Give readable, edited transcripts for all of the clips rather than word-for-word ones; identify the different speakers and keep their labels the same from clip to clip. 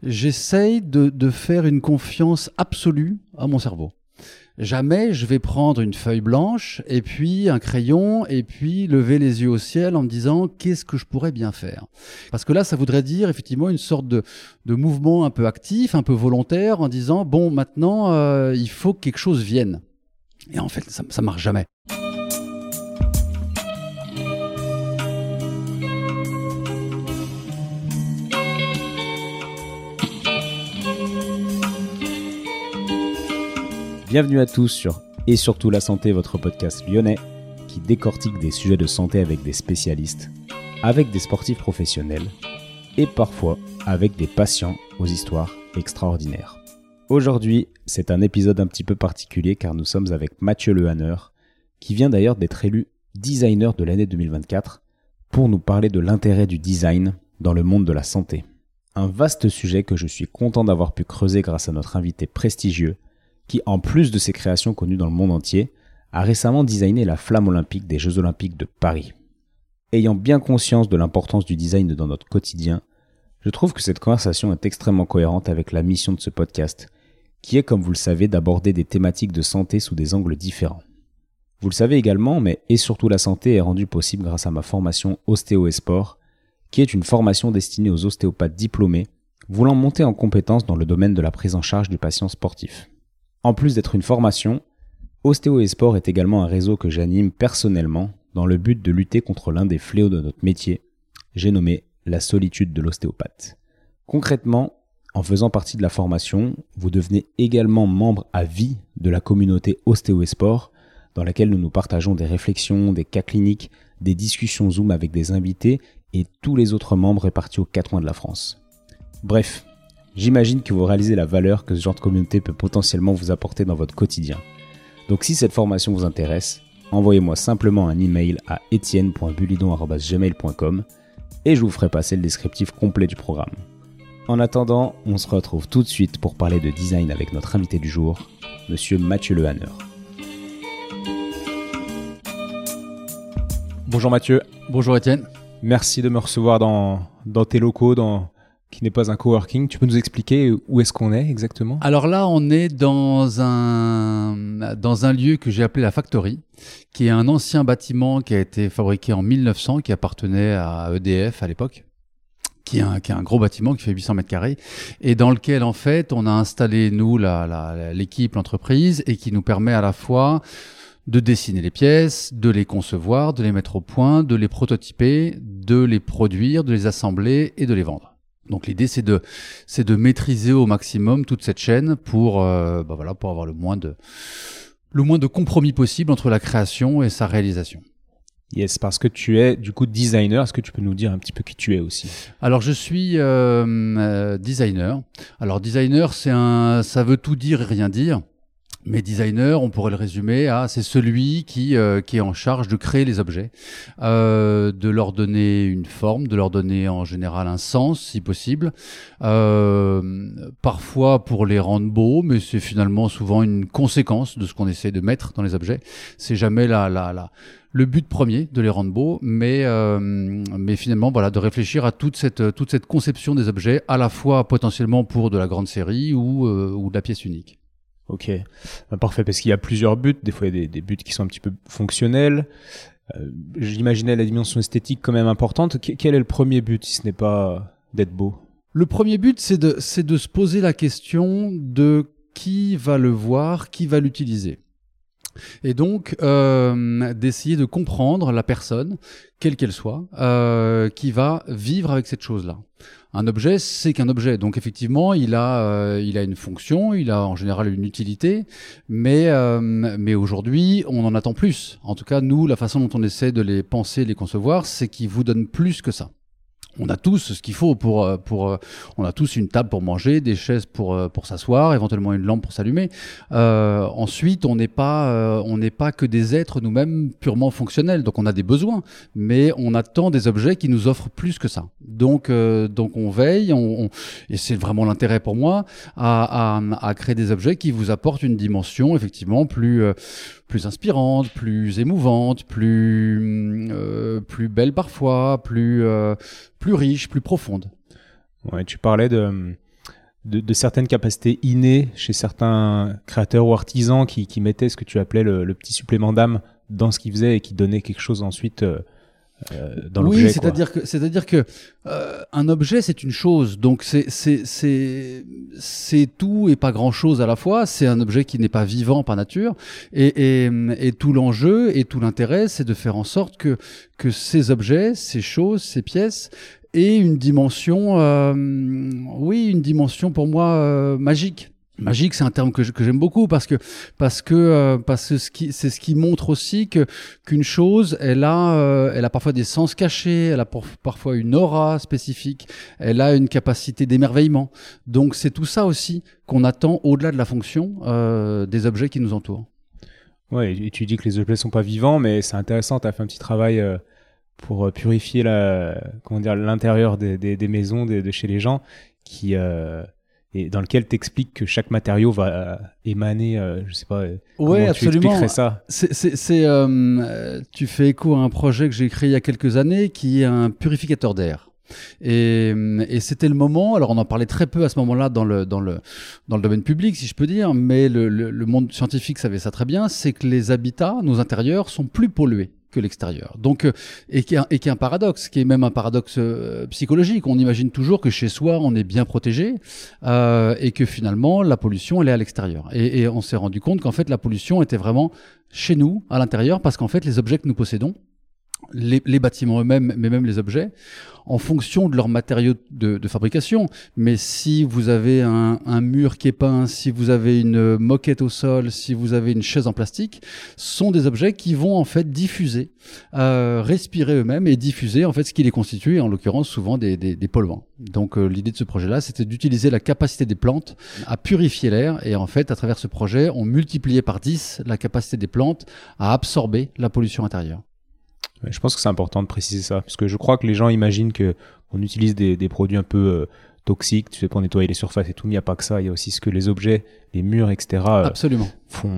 Speaker 1: J'essaye de faire une confiance absolue à mon cerveau. Jamais je vais prendre une feuille blanche et puis un crayon et puis lever les yeux au ciel en me disant qu'est-ce que je pourrais bien faire. Parce que là, ça voudrait dire effectivement une sorte de mouvement un peu actif, un peu volontaire en disant bon, maintenant, il faut que quelque chose vienne. Et en fait, ça marche jamais.
Speaker 2: Bienvenue à tous sur Et surtout la santé, votre podcast lyonnais qui décortique des sujets de santé avec des spécialistes, avec des sportifs professionnels et parfois avec des patients aux histoires extraordinaires. Aujourd'hui, c'est un épisode un petit peu particulier car nous sommes avec Mathieu Lehanner, qui vient d'ailleurs d'être élu designer de l'année 2024 pour nous parler de l'intérêt du design dans le monde de la santé. Un vaste sujet que je suis content d'avoir pu creuser grâce à notre invité prestigieux qui, en plus de ses créations connues dans le monde entier, a récemment designé la flamme olympique des Jeux Olympiques de Paris. Ayant bien conscience de l'importance du design dans notre quotidien, je trouve que cette conversation est extrêmement cohérente avec la mission de ce podcast, qui est, comme vous le savez, d'aborder des thématiques de santé sous des angles différents. Vous le savez également, mais Et surtout la santé est rendue possible grâce à ma formation Ostéo et Sport, qui est une formation destinée aux ostéopathes diplômés, voulant monter en compétences dans le domaine de la prise en charge du patient sportif. En plus d'être une formation, Ostéo et Sport est également un réseau que j'anime personnellement dans le but de lutter contre l'un des fléaux de notre métier, j'ai nommé la solitude de l'ostéopathe. Concrètement, en faisant partie de la formation, vous devenez également membre à vie de la communauté Ostéo et Sport, dans laquelle nous partageons des réflexions, des cas cliniques, des discussions Zoom avec des invités et tous les autres membres répartis aux 4 coins de la France. Bref, j'imagine que vous réalisez la valeur que ce genre de communauté peut potentiellement vous apporter dans votre quotidien. Donc si cette formation vous intéresse, envoyez-moi simplement un email à etienne.bulidon@gmail.com et je vous ferai passer le descriptif complet du programme. En attendant, on se retrouve tout de suite pour parler de design avec notre invité du jour, Monsieur Mathieu Lehanner. Bonjour Mathieu.
Speaker 1: Bonjour Étienne.
Speaker 2: Merci de me recevoir dans tes locaux, qui n'est pas un coworking. Tu peux nous expliquer où est-ce qu'on est exactement ?
Speaker 1: Alors là, on est dans un lieu que j'ai appelé la Factory, qui est un ancien bâtiment qui a été fabriqué en 1900, qui appartenait à EDF à l'époque, qui est un gros bâtiment qui fait 800 mètres carrés et dans lequel, en fait, on a installé, nous, l'équipe, l'entreprise, et qui nous permet à la fois de dessiner les pièces, de les concevoir, de les mettre au point, de les prototyper, de les produire, de les assembler et de les vendre. Donc l'idée c'est de maîtriser au maximum toute cette chaîne pour avoir le moins de compromis possible entre la création et sa réalisation.
Speaker 2: Yes, parce que tu es du coup designer, est-ce que tu peux nous dire un petit peu qui tu es aussi ?
Speaker 1: Alors je suis designer. Alors designer ça veut tout dire et rien dire. Mais designer, on pourrait le résumer à c'est celui qui est en charge de créer les objets, de leur donner une forme, de leur donner en général un sens si possible, parfois pour les rendre beaux, mais c'est finalement souvent une conséquence de ce qu'on essaie de mettre dans les objets. C'est jamais le but premier de les rendre beaux, mais finalement voilà, de réfléchir à toute cette conception des objets, à la fois potentiellement pour de la grande série ou de la pièce unique.
Speaker 2: Ok, parfait, parce qu'il y a plusieurs buts, des fois il y a des buts qui sont un petit peu fonctionnels, j'imaginais la dimension esthétique quand même importante. Quel est le premier but si ce n'est pas d'être beau ?
Speaker 1: Le premier but c'est de se poser la question de qui va le voir, qui va l'utiliser. Et donc d'essayer de comprendre la personne, quelle qu'elle soit, qui va vivre avec cette chose-là. Un objet, c'est qu'un objet. Donc effectivement, il a une fonction, il a en général une utilité, mais aujourd'hui, on en attend plus. En tout cas, nous, la façon dont on essaie de les penser, de les concevoir, c'est qu'ils vous donnent plus que ça. On a tous ce qu'il faut on a tous une table pour manger, des chaises pour s'asseoir, éventuellement une lampe pour s'allumer. Ensuite, on n'est pas que des êtres nous-mêmes purement fonctionnels. Donc on a des besoins, mais on attend des objets qui nous offrent plus que ça. Donc on veille, et c'est vraiment l'intérêt pour moi à créer des objets qui vous apportent une dimension effectivement plus inspirante, plus émouvante, plus belle parfois, plus riche, plus profonde.
Speaker 2: Ouais, tu parlais de de certaines capacités innées chez certains créateurs ou artisans qui mettaient ce que tu appelais le petit supplément d'âme dans ce qu'ils faisaient et qui donnait quelque chose ensuite dans l'objet.
Speaker 1: Oui, c'est-à-dire que un objet c'est une chose, donc c'est tout et pas grand-chose à la fois. C'est un objet qui n'est pas vivant par nature, et tout l'enjeu et tout l'intérêt, c'est de faire en sorte que ces objets, ces choses, ces pièces aient une dimension, une dimension pour moi magique. Magique, c'est un terme que j'aime beaucoup parce que c'est ce qui montre aussi qu'une chose, elle a parfois des sens cachés, elle a parfois une aura spécifique, elle a une capacité d'émerveillement. Donc c'est tout ça aussi qu'on attend au-delà de la fonction des objets qui nous entourent.
Speaker 2: Ouais, et tu dis que les objets sont pas vivants, mais c'est intéressant. Tu as fait un petit travail pour purifier l'intérieur des maisons de chez les gens et dans lequel t'expliques que chaque matériau va émaner, je sais pas, comment tu expliquerais ça?
Speaker 1: Tu fais écho à un projet que j'ai créé il y a quelques années qui est un purificateur d'air. Et c'était le moment, alors on en parlait très peu à ce moment-là dans le domaine public, si je peux dire, mais le monde scientifique savait ça très bien, c'est que les habitats, nos intérieurs, sont plus pollués que l'extérieur. Donc, et qui est un paradoxe, qui est même un paradoxe psychologique. On imagine toujours que chez soi, on est bien protégé et que finalement, la pollution, elle est à l'extérieur. Et on s'est rendu compte qu'en fait, la pollution était vraiment chez nous, à l'intérieur, parce qu'en fait, les objets que nous possédons, les bâtiments eux-mêmes, mais même les objets, en fonction de leurs matériaux de fabrication. Mais si vous avez un mur qui est peint, si vous avez une moquette au sol, si vous avez une chaise en plastique, sont des objets qui vont en fait diffuser, respirer eux-mêmes et diffuser en fait ce qui les constitue, et en l'occurrence souvent des polluants. Donc l'idée de ce projet-là, c'était d'utiliser la capacité des plantes à purifier l'air, et en fait à travers ce projet, on multipliait par 10 la capacité des plantes à absorber la pollution intérieure.
Speaker 2: Je pense que c'est important de préciser ça, parce que je crois que les gens imaginent qu'on utilise des produits un peu toxiques, tu sais, pour nettoyer les surfaces et tout, mais il n'y a pas que ça, il y a aussi ce que les objets, les murs, etc.
Speaker 1: Absolument.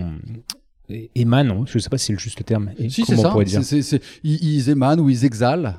Speaker 2: Émanent, je ne sais pas si c'est le juste terme.
Speaker 1: Si, c'est ça. Ils émanent ou ils exhalent.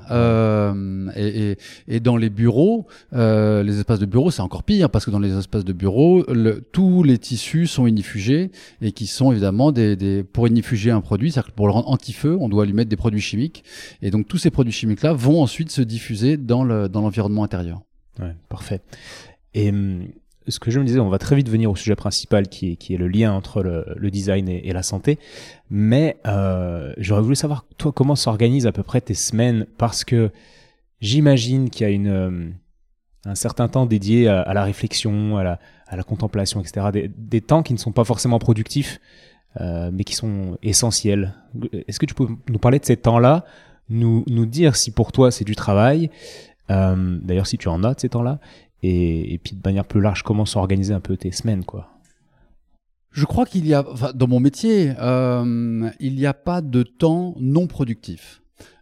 Speaker 1: Et dans les bureaux, les espaces de bureau, c'est encore pire, parce que dans les espaces de bureau, tous les tissus sont inifugés, et qui sont évidemment pour inifuger un produit, c'est-à-dire que pour le rendre anti-feu, on doit lui mettre des produits chimiques. Et donc tous ces produits chimiques-là vont ensuite se diffuser dans l'environnement intérieur.
Speaker 2: Ouais, parfait. Et ce que je me disais, on va très vite venir au sujet principal qui est le lien entre le design et la santé. Mais j'aurais voulu savoir, toi, comment s'organisent à peu près tes semaines, parce que j'imagine qu'il y a un certain temps dédié à la réflexion, à la contemplation, etc. Des temps qui ne sont pas forcément productifs, mais qui sont essentiels. Est-ce que tu peux nous parler de ces temps-là, nous dire si pour toi c'est du travail, d'ailleurs si tu en as de ces temps-là, et puis de manière plus large, comment s'organiser un peu tes semaines, quoi.
Speaker 1: Je crois qu'il y a, dans mon métier, il n'y a pas de temps non productif.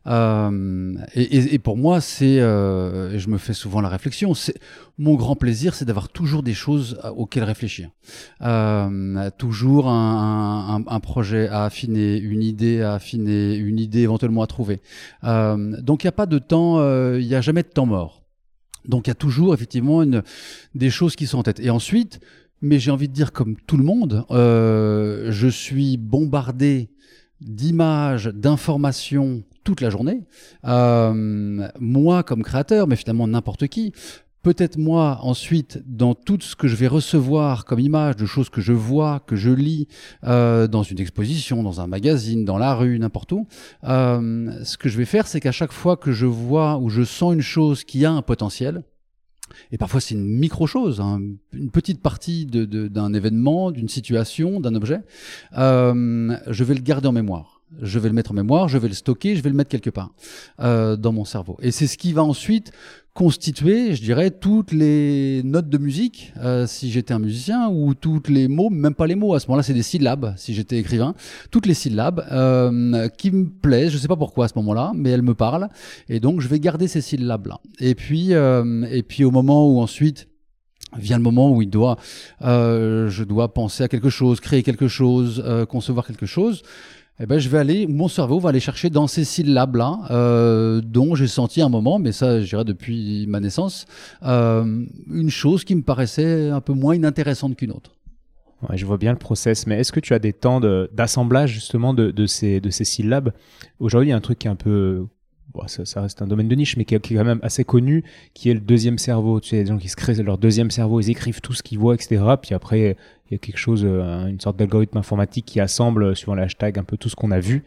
Speaker 1: Et pour moi, je me fais souvent la réflexion, mon grand plaisir, c'est d'avoir toujours des choses auxquelles réfléchir. Toujours un projet à affiner, une idée à affiner, une idée éventuellement à trouver. Donc il n'y a pas de temps, il n'y a jamais de temps mort. Donc il y a toujours effectivement des choses qui sont en tête. Et ensuite, mais j'ai envie de dire comme tout le monde, je suis bombardé d'images, d'informations toute la journée. Moi comme créateur, mais finalement n'importe qui. Peut-être moi, ensuite, dans tout ce que je vais recevoir comme image, de choses que je vois, que je lis, dans une exposition, dans un magazine, dans la rue, n'importe où, ce que je vais faire, c'est qu'à chaque fois que je vois ou je sens une chose qui a un potentiel, et parfois c'est une micro-chose, une petite partie d'un événement, d'une situation, d'un objet, je vais le garder en mémoire. Je vais le mettre en mémoire, je vais le stocker, je vais le mettre quelque part dans mon cerveau. Et c'est ce qui va ensuite constituer, je dirais, toutes les notes de musique, si j'étais un musicien, ou toutes les mots, même pas les mots, à ce moment-là, c'est des syllabes, si j'étais écrivain, toutes les syllabes qui me plaisent, je sais pas pourquoi à ce moment-là, mais elles me parlent, et donc je vais garder ces syllabes-là. Et puis au moment où ensuite vient le moment où je dois penser à quelque chose, créer quelque chose, concevoir quelque chose, eh ben, mon cerveau va aller chercher dans ces syllabes-là, dont j'ai senti un moment, mais ça, je dirais depuis ma naissance, une chose qui me paraissait un peu moins inintéressante qu'une autre.
Speaker 2: Ouais, je vois bien le process, mais est-ce que tu as des temps d'assemblage justement de ces syllabes? Aujourd'hui, il y a un truc qui est un peu... Bon, ça reste un domaine de niche, mais qui est quand même assez connu, qui est le deuxième cerveau. Tu sais, il y a des gens qui se créent leur deuxième cerveau, ils écrivent tout ce qu'ils voient, etc. Puis après, il y a quelque chose, une sorte d'algorithme informatique qui assemble, suivant le hashtag, un peu tout ce qu'on a vu.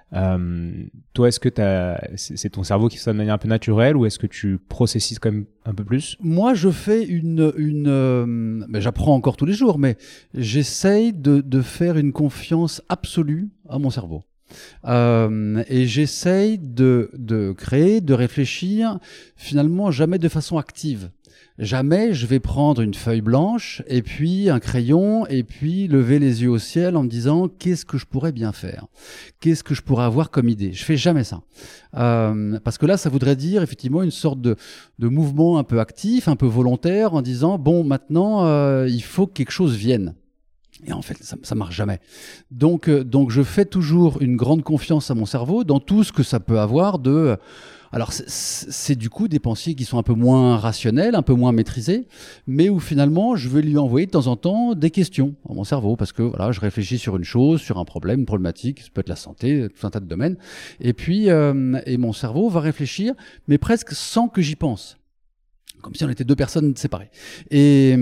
Speaker 2: Toi, est-ce que c'est ton cerveau qui fait ça de manière un peu naturelle, ou est-ce que tu processes quand même un peu plus?
Speaker 1: Moi, je fais j'apprends encore tous les jours, mais j'essaye de faire une confiance absolue à mon cerveau. Et j'essaye de créer, de réfléchir, finalement jamais de façon active. Jamais je vais prendre une feuille blanche et puis un crayon et puis lever les yeux au ciel en me disant qu'est-ce que je pourrais bien faire, qu'est-ce que je pourrais avoir comme idée. Je fais jamais ça, parce que là ça voudrait dire effectivement une sorte de mouvement un peu actif, un peu volontaire, en disant bon maintenant il faut que quelque chose vienne. Et en fait, ça marche jamais. Donc, je fais toujours une grande confiance à mon cerveau dans tout ce que ça peut avoir de... Alors, c'est du coup des pensées qui sont un peu moins rationnelles, un peu moins maîtrisées, mais où finalement, je vais lui envoyer de temps en temps des questions à mon cerveau, parce que voilà, je réfléchis sur une chose, sur un problème, une problématique, ça peut être la santé, tout un tas de domaines, et puis, et mon cerveau va réfléchir, mais presque sans que j'y pense. Comme si on était deux personnes séparées. Et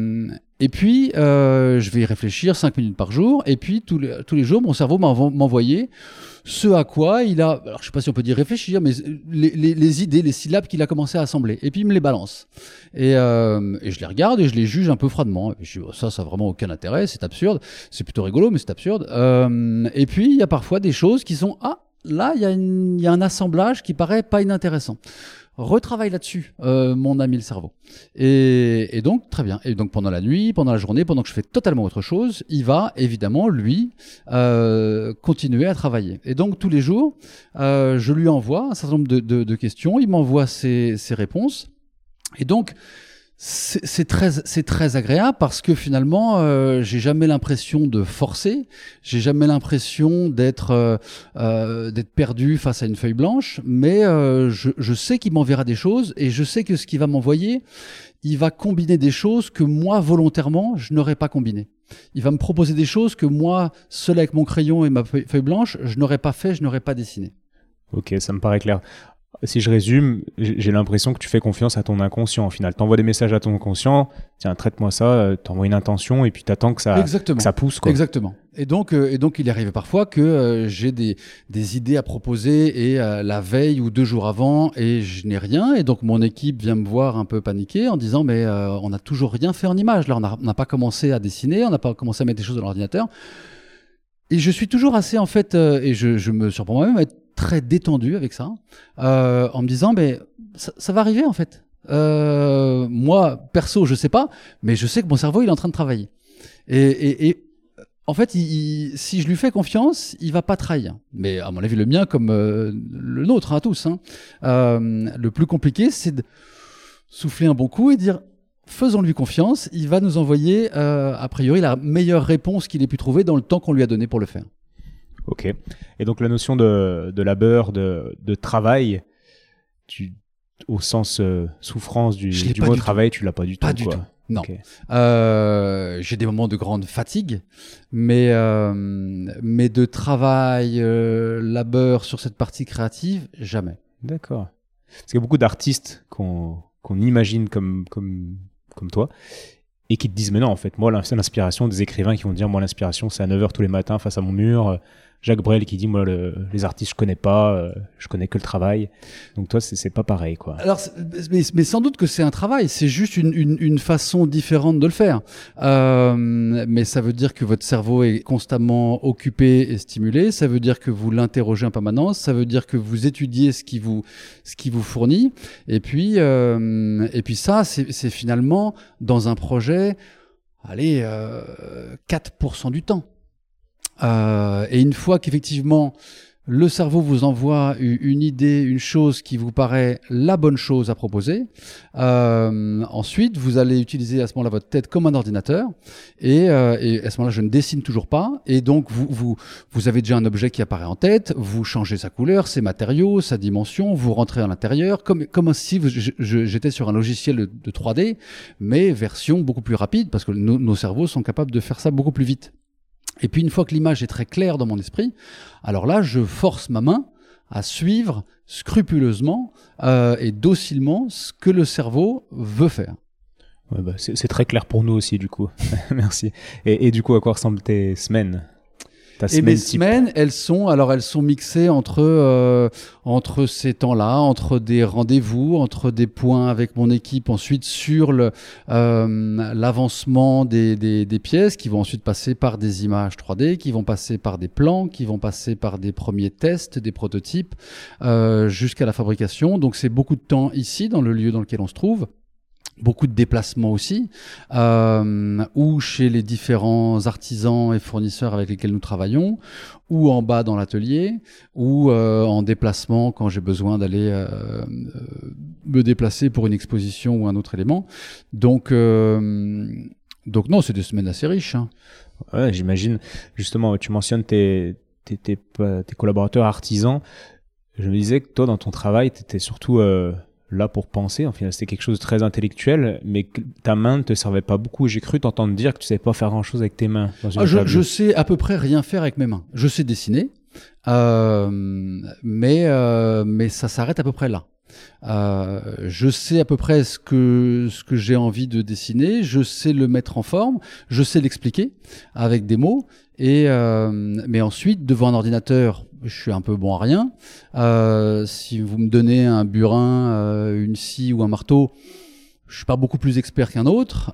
Speaker 1: puis, je vais y réfléchir 5 minutes par jour. Et puis, tous les jours, mon cerveau m'envoyait ce à quoi il a... Alors, je ne sais pas si on peut dire réfléchir, mais les idées, les syllabes qu'il a commencé à assembler. Et puis, il me les balance. Et je les regarde et je les juge un peu froidement. Et puis, je dis, ça n'a vraiment aucun intérêt, c'est absurde. C'est plutôt rigolo, mais c'est absurde. Et puis, il y a parfois des choses qui sont... Ah, là, il y a un assemblage qui paraît pas inintéressant. Retravaille là-dessus, mon ami le cerveau. Et donc, très bien. Et donc, pendant la nuit, pendant la journée, pendant que je fais totalement autre chose, il va évidemment, lui, continuer à travailler. Et donc, tous les jours, je lui envoie un certain nombre de questions. Il m'envoie ses réponses. Et donc, c'est très agréable parce que finalement j'ai jamais l'impression de forcer, j'ai jamais l'impression d'être perdu face à une feuille blanche, mais je sais qu'il m'enverra des choses et je sais que ce qu'il va m'envoyer, il va combiner des choses que moi volontairement je n'aurais pas combinées. Il va me proposer des choses que moi seul avec mon crayon et ma feuille blanche je n'aurais pas fait, je n'aurais pas dessiné.
Speaker 2: Ok, ça me paraît clair. Si je résume, j'ai l'impression que tu fais confiance à ton inconscient. Au final, t'envoies des messages à ton inconscient, tiens, traite-moi ça, t'envoies une intention et puis t'attends que ça pousse, quoi.
Speaker 1: Exactement. Et donc, il arrive parfois que j'ai des idées à proposer et la veille ou 2 jours avant et je n'ai rien. Et donc, mon équipe vient me voir un peu paniqué en disant, mais on n'a toujours rien fait en image. Là, on n'a pas commencé à dessiner, on n'a pas commencé à mettre des choses dans l'ordinateur. Et je suis toujours assez, en fait, et je me surprends moi-même à être très détendu avec ça, en me disant, mais ça va arriver en fait. Moi, perso, je sais pas, mais je sais que mon cerveau, il est en train de travailler. Et en fait, si je lui fais confiance, il va pas trahir. Mais à mon avis, le mien comme le nôtre, à tous. Le plus compliqué, c'est de souffler un bon coup et dire, faisons-lui confiance, il va nous envoyer, a priori, la meilleure réponse qu'il ait pu trouver dans le temps qu'on lui a donné pour le faire.
Speaker 2: Ok. Et donc la notion de labeur, de travail, au sens souffrance du mot travail, tu l'as pas du tout.
Speaker 1: Pas du tout. Non. Okay. J'ai des moments de grande fatigue, mais de travail, labeur sur cette partie créative, jamais.
Speaker 2: D'accord. Parce qu'il y a beaucoup d'artistes qu'on imagine comme toi et qui te disent mais non, en fait, moi l'inspiration, des écrivains qui vont dire moi l'inspiration c'est à 9h tous les matins face à mon mur. Jacques Brel qui dit moi les artistes je connais pas, je connais que le travail. Donc toi c'est pas pareil, quoi.
Speaker 1: Alors mais sans doute que c'est un travail, c'est juste une façon différente de le faire. Mais ça veut dire que votre cerveau est constamment occupé et stimulé, ça veut dire que vous l'interrogez en permanence, ça veut dire que vous étudiez ce qui vous fournit et puis ça c'est finalement dans un projet 4% du temps. Et une fois qu'effectivement Le cerveau vous envoie une idée, une chose qui vous paraît la bonne chose à proposer. Ensuite, vous allez utiliser à ce moment-là votre tête comme un ordinateur. Et à ce moment-là, je ne dessine toujours pas. Et donc, vous avez déjà un objet qui apparaît en tête. Vous changez sa couleur, ses matériaux, sa dimension. Vous rentrez à l'intérieur, comme si j'étais sur un logiciel de 3D, mais version beaucoup plus rapide, parce que nos cerveaux sont capables de faire ça beaucoup plus vite. Et puis une fois que l'image est très claire dans mon esprit, alors là, je force ma main à suivre scrupuleusement et docilement ce que le cerveau veut faire.
Speaker 2: Ouais, bah, c'est très clair pour nous aussi, du coup. Merci. Et du coup, à quoi ressemblent tes semaines ?
Speaker 1: Et mes semaines, elles sont mixées entre ces temps-là, entre des rendez-vous, entre des points avec mon équipe, ensuite sur l'avancement des pièces, qui vont ensuite passer par des images 3D, qui vont passer par des plans, qui vont passer par des premiers tests, des prototypes, jusqu'à la fabrication. Donc c'est beaucoup de temps ici, dans le lieu dans lequel on se trouve. Beaucoup de déplacements aussi, ou chez les différents artisans et fournisseurs avec lesquels nous travaillons, ou en bas dans l'atelier, ou en déplacement quand j'ai besoin d'aller me déplacer pour une exposition ou un autre élément. Donc non, c'est des semaines assez riches. Hein.
Speaker 2: Ouais, j'imagine. Justement, tu mentionnes tes collaborateurs artisans. Je me disais que toi, dans ton travail, tu étais surtout... là pour penser, en final c'était quelque chose de très intellectuel, mais que ta main ne te servait pas beaucoup. J'ai cru t'entendre dire que tu savais pas faire grand chose avec tes mains.
Speaker 1: Je sais à peu près rien faire avec mes mains. Je sais dessiner, mais ça s'arrête à peu près là. Je sais à peu près ce que j'ai envie de dessiner, je sais le mettre en forme, je sais l'expliquer avec des mots, mais ensuite devant un ordinateur, je suis un peu bon à rien. Si vous me donnez un burin, une scie ou un marteau, je suis pas beaucoup plus expert qu'un autre.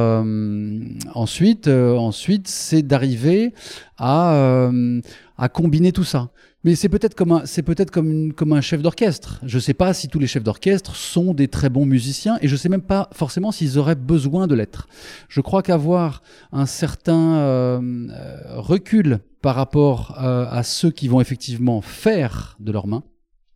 Speaker 1: Ensuite, c'est d'arriver à combiner tout ça. Mais c'est peut-être comme un chef d'orchestre. Je sais pas si tous les chefs d'orchestre sont des très bons musiciens, et je sais même pas forcément s'ils auraient besoin de l'être. Je crois qu'avoir un certain recul par rapport à ceux qui vont effectivement faire de leurs mains,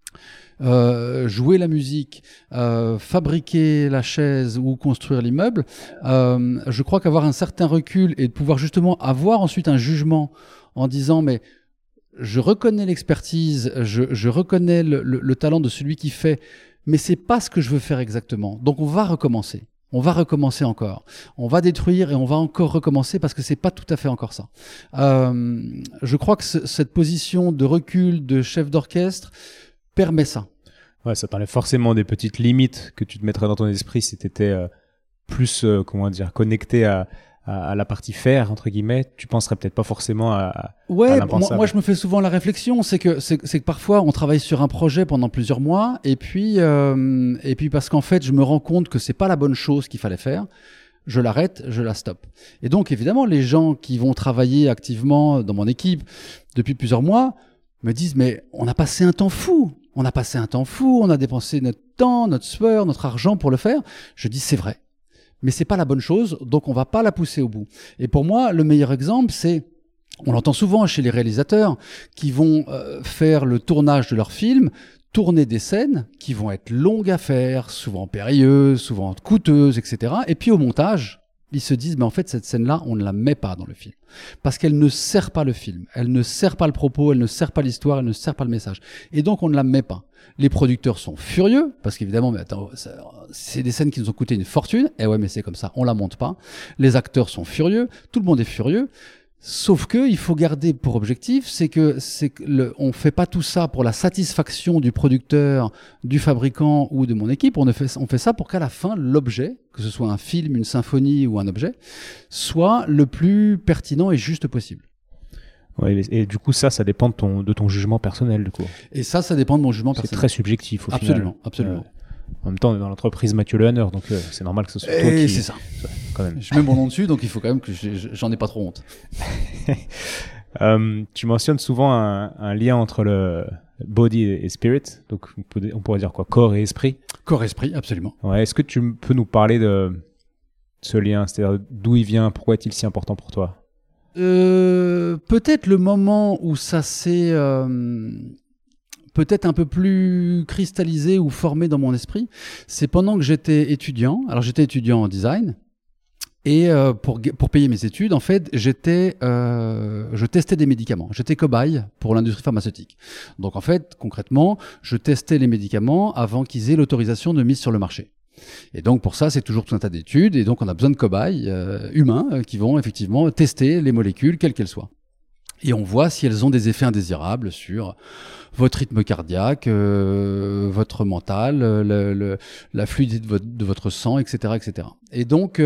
Speaker 1: jouer la musique, fabriquer la chaise ou construire l'immeuble, je crois qu'avoir un certain recul et de pouvoir justement avoir ensuite un jugement en disant mais je reconnais l'expertise, je reconnais le talent de celui qui fait, mais c'est pas ce que je veux faire exactement. Donc on va recommencer. On va recommencer encore. On va détruire et on va encore recommencer parce que c'est pas tout à fait encore ça. Je crois que cette position de recul de chef d'orchestre permet ça.
Speaker 2: Ouais, ça t'enlève forcément des petites limites que tu te mettrais dans ton esprit si t'étais plus, connecté à la partie faire, entre guillemets. Tu penserais peut-être pas forcément à l'impensable.
Speaker 1: Moi, je me fais souvent la réflexion, c'est que parfois on travaille sur un projet pendant plusieurs mois et puis parce qu'en fait je me rends compte que c'est pas la bonne chose qu'il fallait faire. Je l'arrête, je la stoppe. Et donc évidemment les gens qui vont travailler activement dans mon équipe depuis plusieurs mois me disent mais on a passé un temps fou. On a dépensé notre temps, notre sueur, notre argent pour le faire. Je dis c'est vrai. Mais c'est pas la bonne chose, donc on va pas la pousser au bout. Et pour moi, le meilleur exemple, on l'entend souvent chez les réalisateurs qui vont faire le tournage de leur film, tourner des scènes qui vont être longues à faire, souvent périlleuses, souvent coûteuses, etc. Et puis au montage, ils se disent, mais en fait, cette scène-là, on ne la met pas dans le film. Parce qu'elle ne sert pas le film. Elle ne sert pas le propos, elle ne sert pas l'histoire, elle ne sert pas le message. Et donc, on ne la met pas. Les producteurs sont furieux, parce qu'évidemment, mais attends, c'est des scènes qui nous ont coûté une fortune. Eh ouais, mais c'est comme ça, on la monte pas. Les acteurs sont furieux, tout le monde est furieux. Sauf que il faut garder pour objectif, on fait pas tout ça pour la satisfaction du producteur, du fabricant ou de mon équipe. On fait ça pour qu'à la fin, l'objet, que ce soit un film, une symphonie ou un objet, soit le plus pertinent et juste possible.
Speaker 2: Ouais, et du coup, ça dépend de ton jugement personnel, du coup.
Speaker 1: Et ça dépend de mon jugement personnel.
Speaker 2: C'est très subjectif, au
Speaker 1: final.
Speaker 2: Absolument. En même temps, on est dans l'entreprise Mathieu Lehanner, donc c'est normal que ce soit toi qui...
Speaker 1: c'est ça.
Speaker 2: Quand même.
Speaker 1: Je mets mon nom dessus, donc il faut quand même que j'en ai pas trop honte.
Speaker 2: Tu mentionnes souvent un lien entre le body et spirit, donc on pourrait dire quoi, corps et esprit.
Speaker 1: Corps et esprit, absolument.
Speaker 2: Ouais, est-ce que tu peux nous parler de ce lien, c'est-à-dire d'où il vient, pourquoi est-il si important pour toi?
Speaker 1: Peut-être le moment où ça s'est peut-être un peu plus cristallisé ou formé dans mon esprit, c'est pendant que j'étais étudiant. Alors j'étais étudiant en design. Et pour payer mes études, en fait, je testais des médicaments. J'étais cobaye pour l'industrie pharmaceutique. Donc en fait, concrètement, je testais les médicaments avant qu'ils aient l'autorisation de mise sur le marché. Et donc pour ça, c'est toujours tout un tas d'études. Et donc on a besoin de cobayes humains qui vont effectivement tester les molécules, quelles qu'elles soient. Et on voit si elles ont des effets indésirables sur votre rythme cardiaque, votre mental, la fluidité de votre sang, etc., etc. Et donc,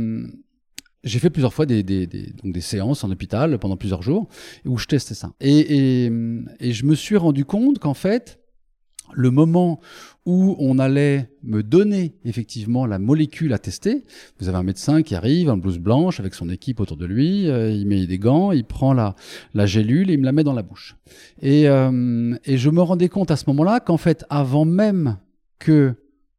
Speaker 1: j'ai fait plusieurs fois donc des séances en hôpital pendant plusieurs jours où je testais ça. Et je me suis rendu compte qu'en fait, le moment où on allait me donner effectivement la molécule à tester, vous avez un médecin qui arrive en blouse blanche avec son équipe autour de lui, il met des gants, il prend la gélule et il me la met dans la bouche. Et je me rendais compte à ce moment-là qu'en fait, avant même que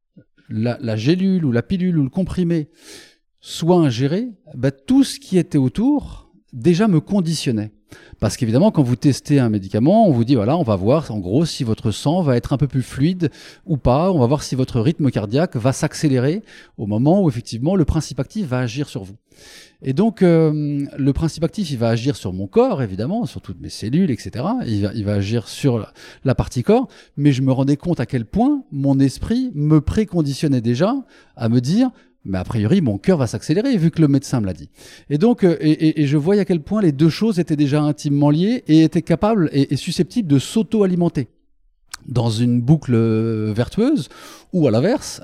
Speaker 1: la gélule ou la pilule ou le comprimé soit ingéré, tout ce qui était autour déjà me conditionnait. Parce qu'évidemment, quand vous testez un médicament, on vous dit, voilà, on va voir en gros si votre sang va être un peu plus fluide ou pas. On va voir si votre rythme cardiaque va s'accélérer au moment où effectivement le principe actif va agir sur vous. Et donc, le principe actif, il va agir sur mon corps, évidemment, sur toutes mes cellules, etc. Il va agir sur la partie corps. Mais je me rendais compte à quel point mon esprit me préconditionnait déjà à me dire, mais a priori, mon cœur va s'accélérer vu que le médecin me l'a dit. Et donc, et je voyais à quel point les deux choses étaient déjà intimement liées et étaient capables et susceptibles de s'auto-alimenter dans une boucle vertueuse ou à l'inverse,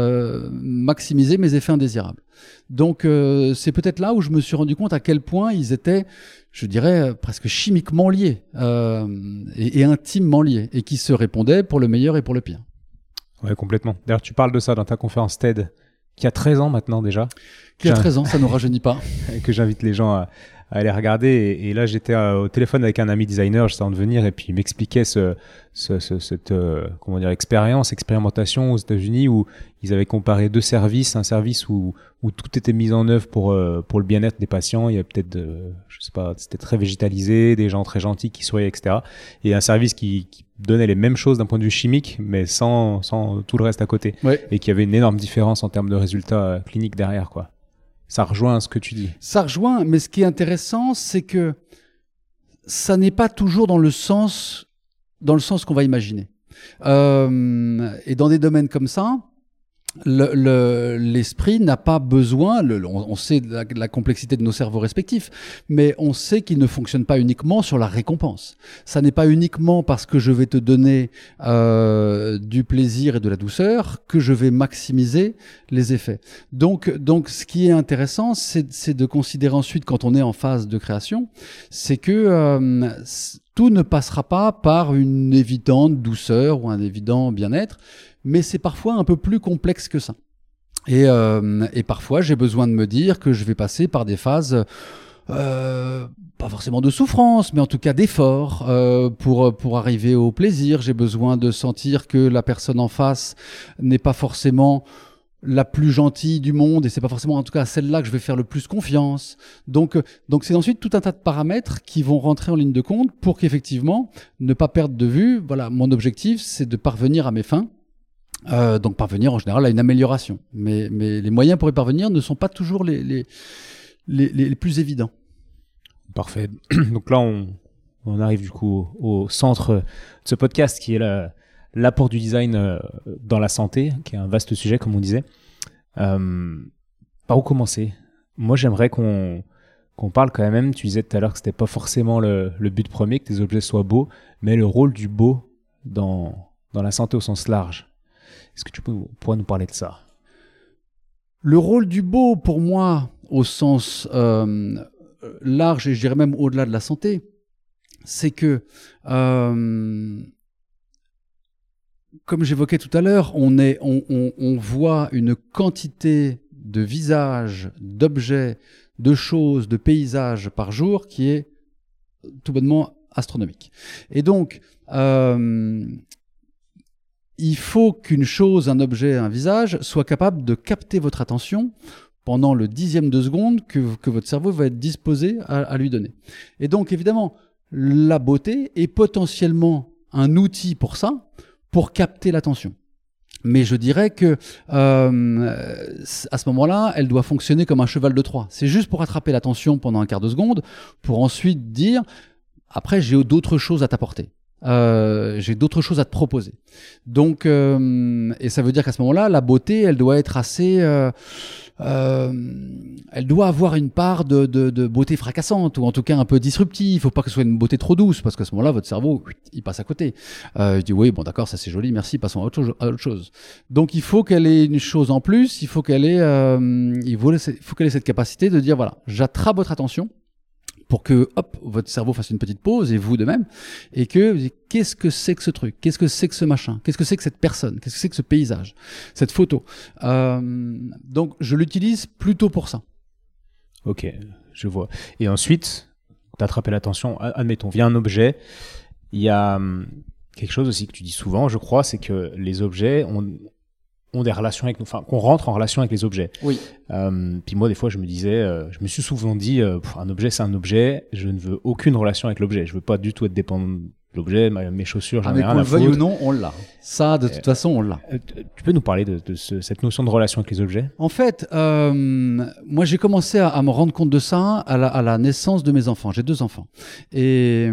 Speaker 1: maximiser mes effets indésirables. Donc, c'est peut-être là où je me suis rendu compte à quel point ils étaient, je dirais, presque chimiquement liés et intimement liés et qui se répondaient pour le meilleur et pour le pire.
Speaker 2: Ouais, complètement. D'ailleurs, tu parles de ça dans ta conférence TED qui a 13 ans maintenant déjà.
Speaker 1: Qui a 13 ans, ça ne nous rajeunit pas.
Speaker 2: Que j'invite les gens à aller regarder. Et là, j'étais au téléphone avec un ami designer juste avant de venir et puis il m'expliquait cette expérimentation aux États-Unis où ils avaient comparé deux services. Un service où tout était mis en œuvre pour le bien-être des patients. Il y avait peut-être, je sais pas, c'était très végétalisé, des gens très gentils qui souriaient, etc. Et un service qui donnait les mêmes choses d'un point de vue chimique, mais sans tout le reste à côté.
Speaker 1: Ouais.
Speaker 2: Et qui avait une énorme différence en termes de résultats cliniques derrière, quoi. Ça rejoint ce que tu dis.
Speaker 1: Ça rejoint, mais ce qui est intéressant, c'est que ça n'est pas toujours dans le sens qu'on va imaginer. Et dans des domaines comme ça, l'esprit n'a pas besoin, on sait la complexité de nos cerveaux respectifs, mais on sait qu'il ne fonctionne pas uniquement sur la récompense. Ça n'est pas uniquement parce que je vais te donner du plaisir et de la douceur que je vais maximiser les effets. Donc ce qui est intéressant, c'est de considérer ensuite, quand on est en phase de création, c'est que tout ne passera pas par une évidente douceur ou un évident bien-être, mais c'est parfois un peu plus complexe que ça. Et parfois, j'ai besoin de me dire que je vais passer par des phases, pas forcément de souffrance, mais en tout cas d'effort pour arriver au plaisir. J'ai besoin de sentir que la personne en face n'est pas forcément la plus gentille du monde et c'est pas forcément en tout cas celle-là que je vais faire le plus confiance. Donc c'est ensuite tout un tas de paramètres qui vont rentrer en ligne de compte pour qu'effectivement ne pas perdre de vue. Voilà, mon objectif, c'est de parvenir à mes fins. Donc parvenir en général à une amélioration, mais les moyens pour y parvenir ne sont pas toujours les plus évidents.
Speaker 2: Parfait. Donc là on arrive du coup au centre de ce podcast qui est l'apport du design dans la santé, qui est un vaste sujet comme on disait. Par où commencer ? Moi j'aimerais qu'on parle quand même, tu disais tout à l'heure que c'était pas forcément le but premier, que tes objets soient beaux, mais le rôle du beau dans la santé au sens large. Est-ce que tu pourrais nous parler de ça ?
Speaker 1: Le rôle du beau, pour moi, au sens large, et je dirais même au-delà de la santé, c'est que, comme j'évoquais tout à l'heure, on voit une quantité de visages, d'objets, de choses, de paysages par jour qui est tout bonnement astronomique. Et donc, il faut qu'une chose, un objet, un visage soit capable de capter votre attention pendant le 10e de seconde que votre cerveau va être disposé à lui donner. Et donc, évidemment, la beauté est potentiellement un outil pour ça, pour capter l'attention. Mais je dirais que à ce moment-là, elle doit fonctionner comme un cheval de Troie. C'est juste pour attraper l'attention pendant un quart de seconde, pour ensuite dire « après, j'ai d'autres choses à t'apporter ». J'ai d'autres choses à te proposer. Donc, et ça veut dire qu'à ce moment-là, la beauté, elle doit être assez... elle doit avoir une part de beauté fracassante, ou en tout cas un peu disruptive. Il faut pas que ce soit une beauté trop douce, parce qu'à ce moment-là, votre cerveau, il passe à côté. Il dit oui, bon d'accord, ça c'est joli, merci, passons à autre chose. Donc il faut qu'elle ait une chose en plus, il faut qu'elle ait cette capacité de dire voilà, j'attrape votre attention, pour que, hop, votre cerveau fasse une petite pause, et vous de même, et que, qu'est-ce que c'est que ce truc? Qu'est-ce que c'est que ce machin? Qu'est-ce que c'est que cette personne? Qu'est-ce que c'est que ce paysage? Cette photo? Donc, je l'utilise plutôt pour ça.
Speaker 2: Ok, je vois. Et ensuite, d'attraper l'attention, admettons, via un objet, il y a quelque chose aussi que tu dis souvent, je crois, c'est que les objets ont des relations avec nous, enfin qu'on rentre en relation avec les objets.
Speaker 1: Oui.
Speaker 2: Puis moi des fois je me suis souvent dit un objet c'est un objet, je ne veux aucune relation avec l'objet, je veux pas du tout être dépendant de l'objet, mes chaussures, j'en ai rien à foutre.
Speaker 1: Qu'on le veuille ou non, on l'a. Ça, de toute façon, on l'a.
Speaker 2: Tu peux nous parler de cette notion de relation avec les objets?
Speaker 1: En fait, moi j'ai commencé à me rendre compte de ça à la naissance de mes enfants. J'ai 2 enfants. Et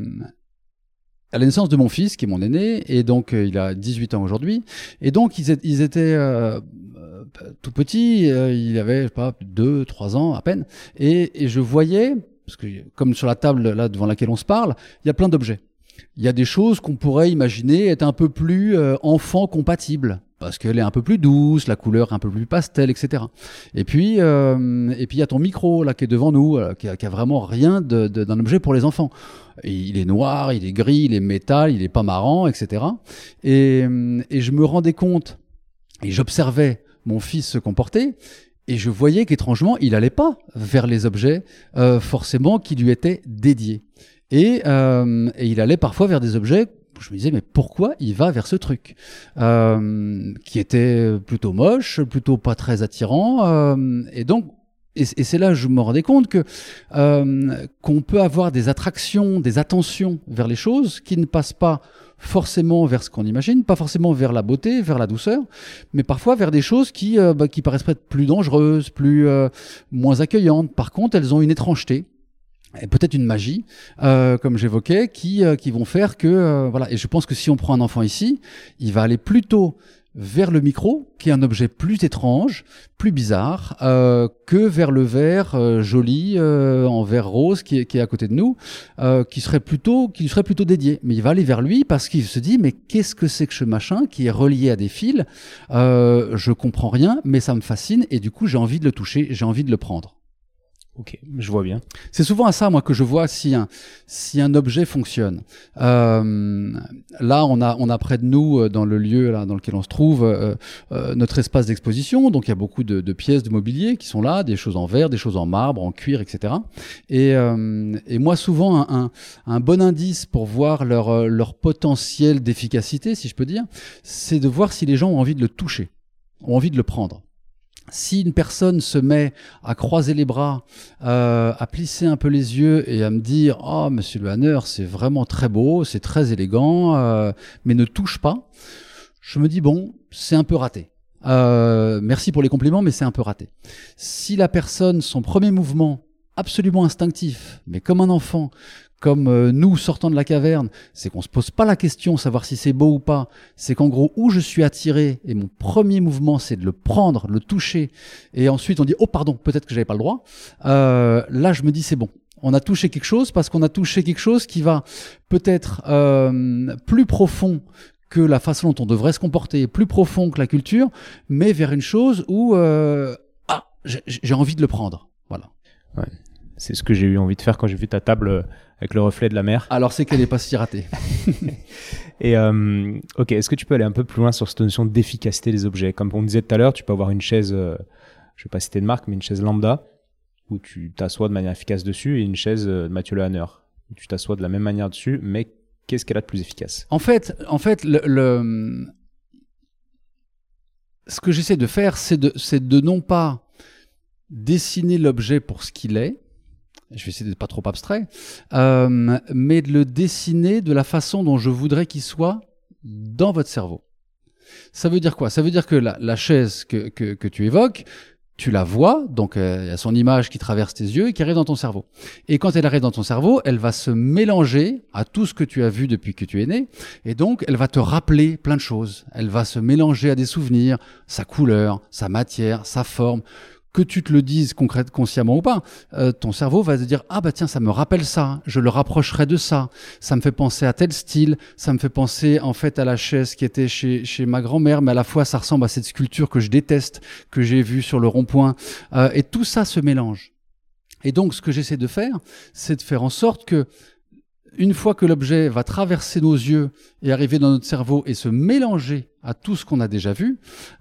Speaker 1: à la naissance de mon fils, qui est mon aîné, et donc il a 18 ans aujourd'hui, et donc ils étaient tout petits, il avait, je sais pas, 2, 3 ans à peine, et je voyais, parce que comme sur la table là devant laquelle on se parle, il y a plein d'objets. Il y a des choses qu'on pourrait imaginer être un peu plus enfant compatibles, parce qu'elle est un peu plus douce, la couleur est un peu plus pastel, etc. Et puis il y a ton micro là qui est devant nous, qui a vraiment rien d'un objet pour les enfants. Et il est noir, il est gris, il est métal, il est pas marrant, etc. Et je me rendais compte, et j'observais mon fils se comporter, et je voyais qu'étrangement, il allait pas vers les objets forcément qui lui étaient dédiés. Et il allait parfois vers des objets, je me disais, mais pourquoi il va vers ce truc qui était plutôt moche, plutôt pas très attirant, et donc, et c'est là que je me rendais compte que qu'on peut avoir des attractions, des attentions vers les choses qui ne passent pas forcément vers ce qu'on imagine, pas forcément vers la beauté, vers la douceur, mais parfois vers des choses qui paraissent peut-être plus dangereuses, moins accueillantes. Par contre, elles ont une étrangeté. Et peut-être une magie, comme j'évoquais, qui vont faire que voilà. Et je pense que si on prend un enfant ici, il va aller plutôt vers le micro, qui est un objet plus étrange, plus bizarre, que vers le verre joli en verre rose qui est à côté de nous, qui serait plutôt dédié. Mais il va aller vers lui parce qu'il se dit mais qu'est-ce que c'est que ce machin qui est relié à des fils? Je comprends rien, mais ça me fascine et du coup j'ai envie de le toucher, j'ai envie de le prendre.
Speaker 2: Ok, je vois bien.
Speaker 1: C'est souvent à ça, moi, que je vois si un objet fonctionne. Là, on a près de nous, dans le lieu là dans lequel on se trouve, notre espace d'exposition. Donc, il y a beaucoup de pièces de mobilier qui sont là, des choses en verre, des choses en marbre, en cuir, etc. Et moi, souvent, un bon indice pour voir leur potentiel d'efficacité, si je peux dire, c'est de voir si les gens ont envie de le toucher, ont envie de le prendre. Si une personne se met à croiser les bras, à plisser un peu les yeux et à me dire « Oh, monsieur le Hanner, c'est vraiment très beau, c'est très élégant, mais ne touche pas », je me dis « Bon, c'est un peu raté. Merci pour les compliments, mais c'est un peu raté. » Si la personne, son premier mouvement, absolument instinctif, mais comme un enfant, comme nous sortant de la caverne, c'est qu'on se pose pas la question savoir si c'est beau ou pas, c'est qu'en gros où je suis attiré et mon premier mouvement c'est de le prendre, le toucher et ensuite on dit oh pardon peut-être que j'avais pas le droit, là je me dis c'est bon, on a touché quelque chose parce qu'on a touché quelque chose qui va peut-être plus profond que la façon dont on devrait se comporter, plus profond que la culture, mais vers une chose où j'ai envie de le prendre, voilà.
Speaker 2: Ouais. C'est ce que j'ai eu envie de faire quand j'ai vu ta table avec le reflet de la mer.
Speaker 1: Alors c'est qu'elle n'est pas si ratée.
Speaker 2: Et ok, est-ce que tu peux aller un peu plus loin sur cette notion d'efficacité des objets? Comme on disait tout à l'heure, tu peux avoir une chaise, je ne vais pas citer de marque, mais une chaise lambda, où tu t'assois de manière efficace dessus, et une chaise de Mathieu Le Hanner, où tu t'assois de la même manière dessus, mais qu'est-ce qu'elle a de plus efficace?
Speaker 1: En fait, ce que j'essaie de faire, c'est de non pas dessiner l'objet pour ce qu'il est. Je vais essayer d'être pas trop abstrait, mais de le dessiner de la façon dont je voudrais qu'il soit dans votre cerveau. Ça veut dire quoi? Ça veut dire que la chaise que tu évoques, tu la vois, donc il y a son image qui traverse tes yeux et qui arrive dans ton cerveau. Et quand elle arrive dans ton cerveau, elle va se mélanger à tout ce que tu as vu depuis que tu es né, et donc elle va te rappeler plein de choses. Elle va se mélanger à des souvenirs, sa couleur, sa matière, sa forme. Que tu te le dises consciemment ou pas, ton cerveau va te dire « Ah bah tiens, ça me rappelle ça, je le rapprocherai de ça, ça me fait penser à tel style, ça me fait penser en fait à la chaise qui était chez ma grand-mère, mais à la fois ça ressemble à cette sculpture que je déteste, que j'ai vue sur le rond-point. » Et tout ça se mélange. Et donc ce que j'essaie de faire, c'est de faire en sorte que une fois que l'objet va traverser nos yeux et arriver dans notre cerveau et se mélanger à tout ce qu'on a déjà vu,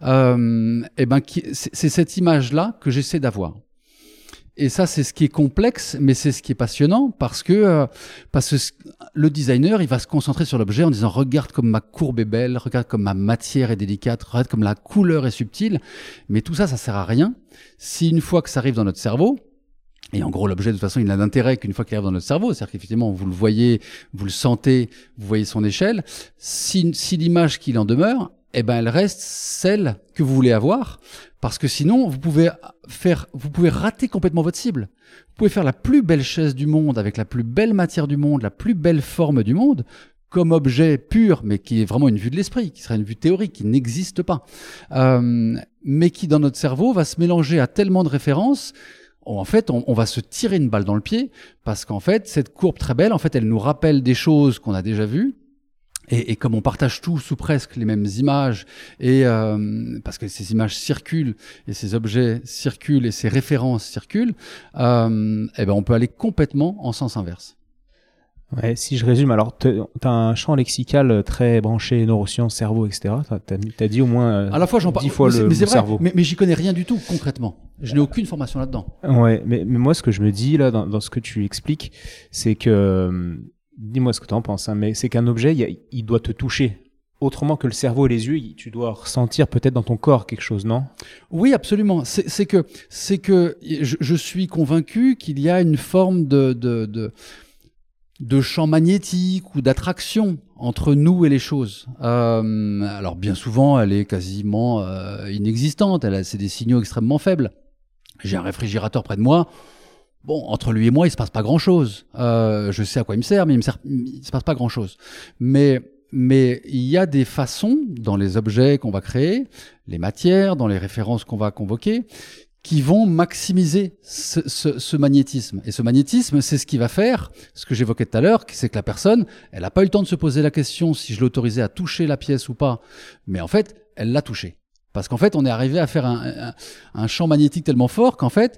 Speaker 1: c'est cette image-là que j'essaie d'avoir. Et ça, c'est ce qui est complexe, mais c'est ce qui est passionnant parce que le designer, il va se concentrer sur l'objet en disant « Regarde comme ma courbe est belle, regarde comme ma matière est délicate, regarde comme la couleur est subtile. » Mais tout ça, ça sert à rien si une fois que ça arrive dans notre cerveau, et en gros, l'objet, de toute façon, il n'a d'intérêt qu'une fois qu'il arrive dans notre cerveau. C'est-à-dire qu'effectivement, vous le voyez, vous le sentez, vous voyez son échelle. Si l'image qu'il en demeure, elle reste celle que vous voulez avoir. Parce que sinon, vous pouvez rater complètement votre cible. Vous pouvez faire la plus belle chaise du monde, avec la plus belle matière du monde, la plus belle forme du monde, comme objet pur, mais qui est vraiment une vue de l'esprit, qui serait une vue théorique, qui n'existe pas. Mais qui, dans notre cerveau, va se mélanger à tellement de références. En fait, on va se tirer une balle dans le pied parce qu'en fait, cette courbe très belle, en fait, elle nous rappelle des choses qu'on a déjà vues. Et comme on partage tous ou presque les mêmes images, et parce que ces images circulent et ces objets circulent et ces références circulent, on peut aller complètement en sens inverse.
Speaker 2: Ouais, si je résume, alors t'as un champ lexical très branché neurosciences, cerveau, etc. T'as dit au moins
Speaker 1: à la fois, 10 fois le cerveau. Mais j'y connais rien du tout concrètement. Je n'ai aucune formation là-dedans.
Speaker 2: Ouais, mais moi ce que je me dis là dans ce que tu expliques, c'est que dis-moi ce que t'en penses, hein, mais c'est qu'un objet, il doit te toucher. Autrement que le cerveau et les yeux, tu dois ressentir peut-être dans ton corps quelque chose, non?
Speaker 1: Oui, absolument. C'est que je suis convaincu qu'il y a une forme de champ magnétique ou d'attraction entre nous et les choses. Alors bien souvent, elle est quasiment inexistante. C'est des signaux extrêmement faibles. J'ai un réfrigérateur près de moi. Bon, entre lui et moi, il se passe pas grand-chose. Je sais à quoi il me sert, mais il se passe pas grand-chose. Mais il y a des façons dans les objets qu'on va créer, les matières, dans les références qu'on va convoquer, qui vont maximiser ce magnétisme. Et ce magnétisme, c'est ce qui va faire, ce que j'évoquais tout à l'heure, c'est que la personne, elle n'a pas eu le temps de se poser la question si je l'autorisais à toucher la pièce ou pas. Mais en fait, elle l'a touché. Parce qu'en fait, on est arrivé à faire un champ magnétique tellement fort qu'en fait,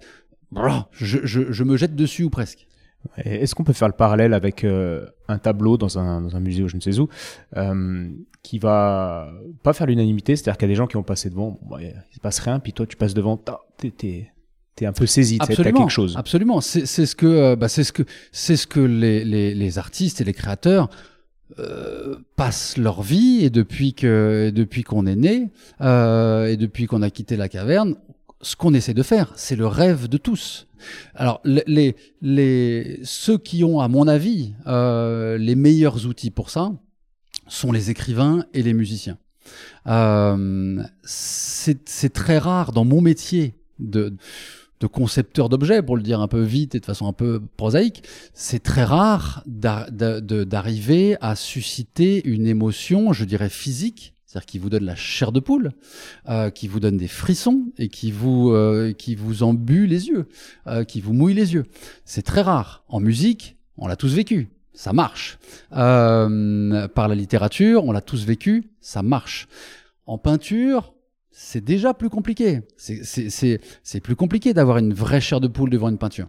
Speaker 1: je me jette dessus ou presque.
Speaker 2: Est-ce qu'on peut faire le parallèle avec un tableau dans un musée ou je ne sais où qui va pas faire l'unanimité, c'est-à-dire qu'il y a des gens qui vont passer devant, il se passe rien, puis toi tu passes devant, t'es un peu saisi, t'as quelque chose.
Speaker 1: Absolument, c'est ce que les artistes et les créateurs passent leur vie, et depuis qu'on est né et depuis qu'on a quitté la caverne, ce qu'on essaie de faire, c'est le rêve de tous. Alors, ceux qui ont, à mon avis, les meilleurs outils pour ça sont les écrivains et les musiciens. C'est très rare dans mon métier de concepteur d'objets, pour le dire un peu vite et de façon un peu prosaïque, c'est très rare d'arriver à susciter une émotion, je dirais physique, c'est-à-dire qui vous donne la chair de poule, qui vous donne des frissons et qui vous embue les yeux, qui vous mouille les yeux. C'est très rare. En musique, on l'a tous vécu, ça marche. Par la littérature, on l'a tous vécu, ça marche. En peinture, c'est déjà plus compliqué. C'est plus compliqué d'avoir une vraie chair de poule devant une peinture.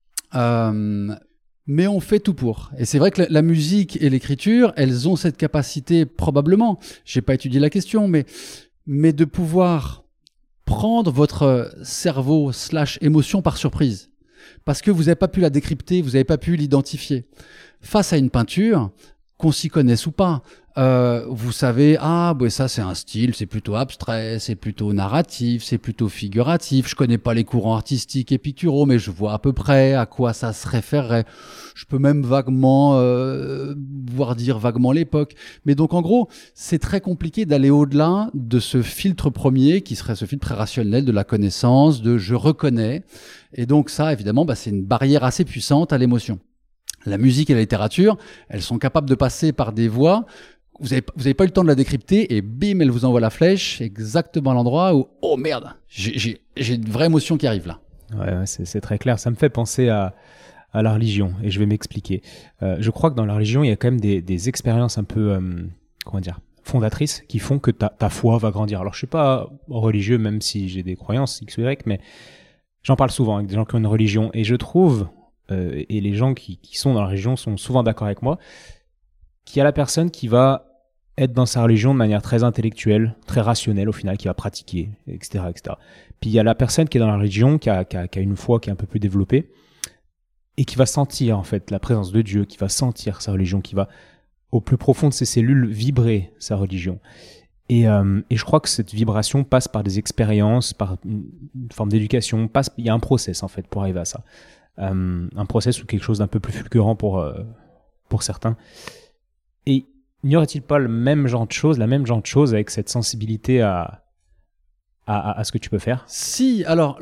Speaker 1: Mais on fait tout pour. Et c'est vrai que la musique et l'écriture, elles ont cette capacité, probablement, j'ai pas étudié la question, mais de pouvoir prendre votre cerveau / émotion par surprise. Parce que vous n'avez pas pu la décrypter, vous n'avez pas pu l'identifier. Face à une peinture, qu'on s'y connaisse ou pas. Vous savez, ça c'est un style, c'est plutôt abstrait, c'est plutôt narratif, c'est plutôt figuratif. Je connais pas les courants artistiques et picturaux, mais je vois à peu près à quoi ça se référerait. Je peux même vaguement, voire dire vaguement l'époque. Mais donc en gros, c'est très compliqué d'aller au-delà de ce filtre premier qui serait ce filtre très rationnel de la connaissance, de je reconnais. Et donc ça, évidemment, c'est une barrière assez puissante à l'émotion. La musique et la littérature, elles sont capables de passer par des voies. Vous avez pas eu le temps de la décrypter et bim, elle vous envoie la flèche exactement à l'endroit où oh merde, j'ai une vraie émotion qui arrive là.
Speaker 2: Ouais, c'est très clair. Ça me fait penser à la religion et je vais m'expliquer. Je crois que dans la religion, il y a quand même des expériences un peu fondatrices qui font que ta foi va grandir. Alors je suis pas religieux même si j'ai des croyances X ou Y, mais j'en parle souvent avec des gens qui ont une religion et je trouve et les gens qui sont dans la religion sont souvent d'accord avec moi qu'il y a la personne qui va être dans sa religion de manière très intellectuelle, très rationnelle au final, qui va pratiquer, etc., etc. Puis il y a la personne qui est dans la religion, qui a une foi qui est un peu plus développée, et qui va sentir en fait la présence de Dieu, qui va sentir sa religion, qui va au plus profond de ses cellules vibrer sa religion. Et je crois que cette vibration passe par des expériences, par une forme d'éducation, il y a un process en fait pour arriver à ça. Un process ou quelque chose d'un peu plus fulgurant pour certains. Et n'y aurait-il pas la même genre de chose avec cette sensibilité à ce que tu peux faire ?
Speaker 1: Si, alors,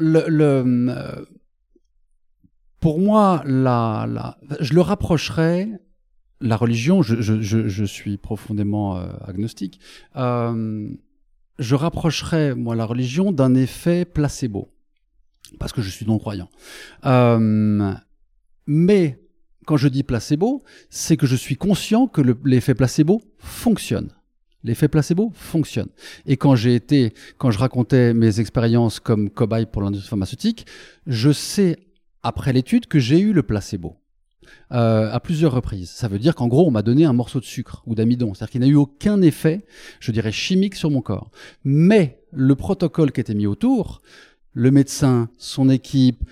Speaker 1: pour moi, je le rapprocherais, la religion, je suis profondément agnostique, je rapprocherais, moi, la religion d'un effet placebo, parce que je suis non-croyant. Mais quand je dis placebo, c'est que je suis conscient que l'effet placebo fonctionne. L'effet placebo fonctionne. Et quand je racontais mes expériences comme cobaye pour l'industrie pharmaceutique, je sais, après l'étude, que j'ai eu le placebo. À plusieurs reprises. Ça veut dire qu'en gros, on m'a donné un morceau de sucre ou d'amidon. C'est-à-dire qu'il n'a eu aucun effet, je dirais, chimique sur mon corps. Mais le protocole qui était mis autour, le médecin, son équipe,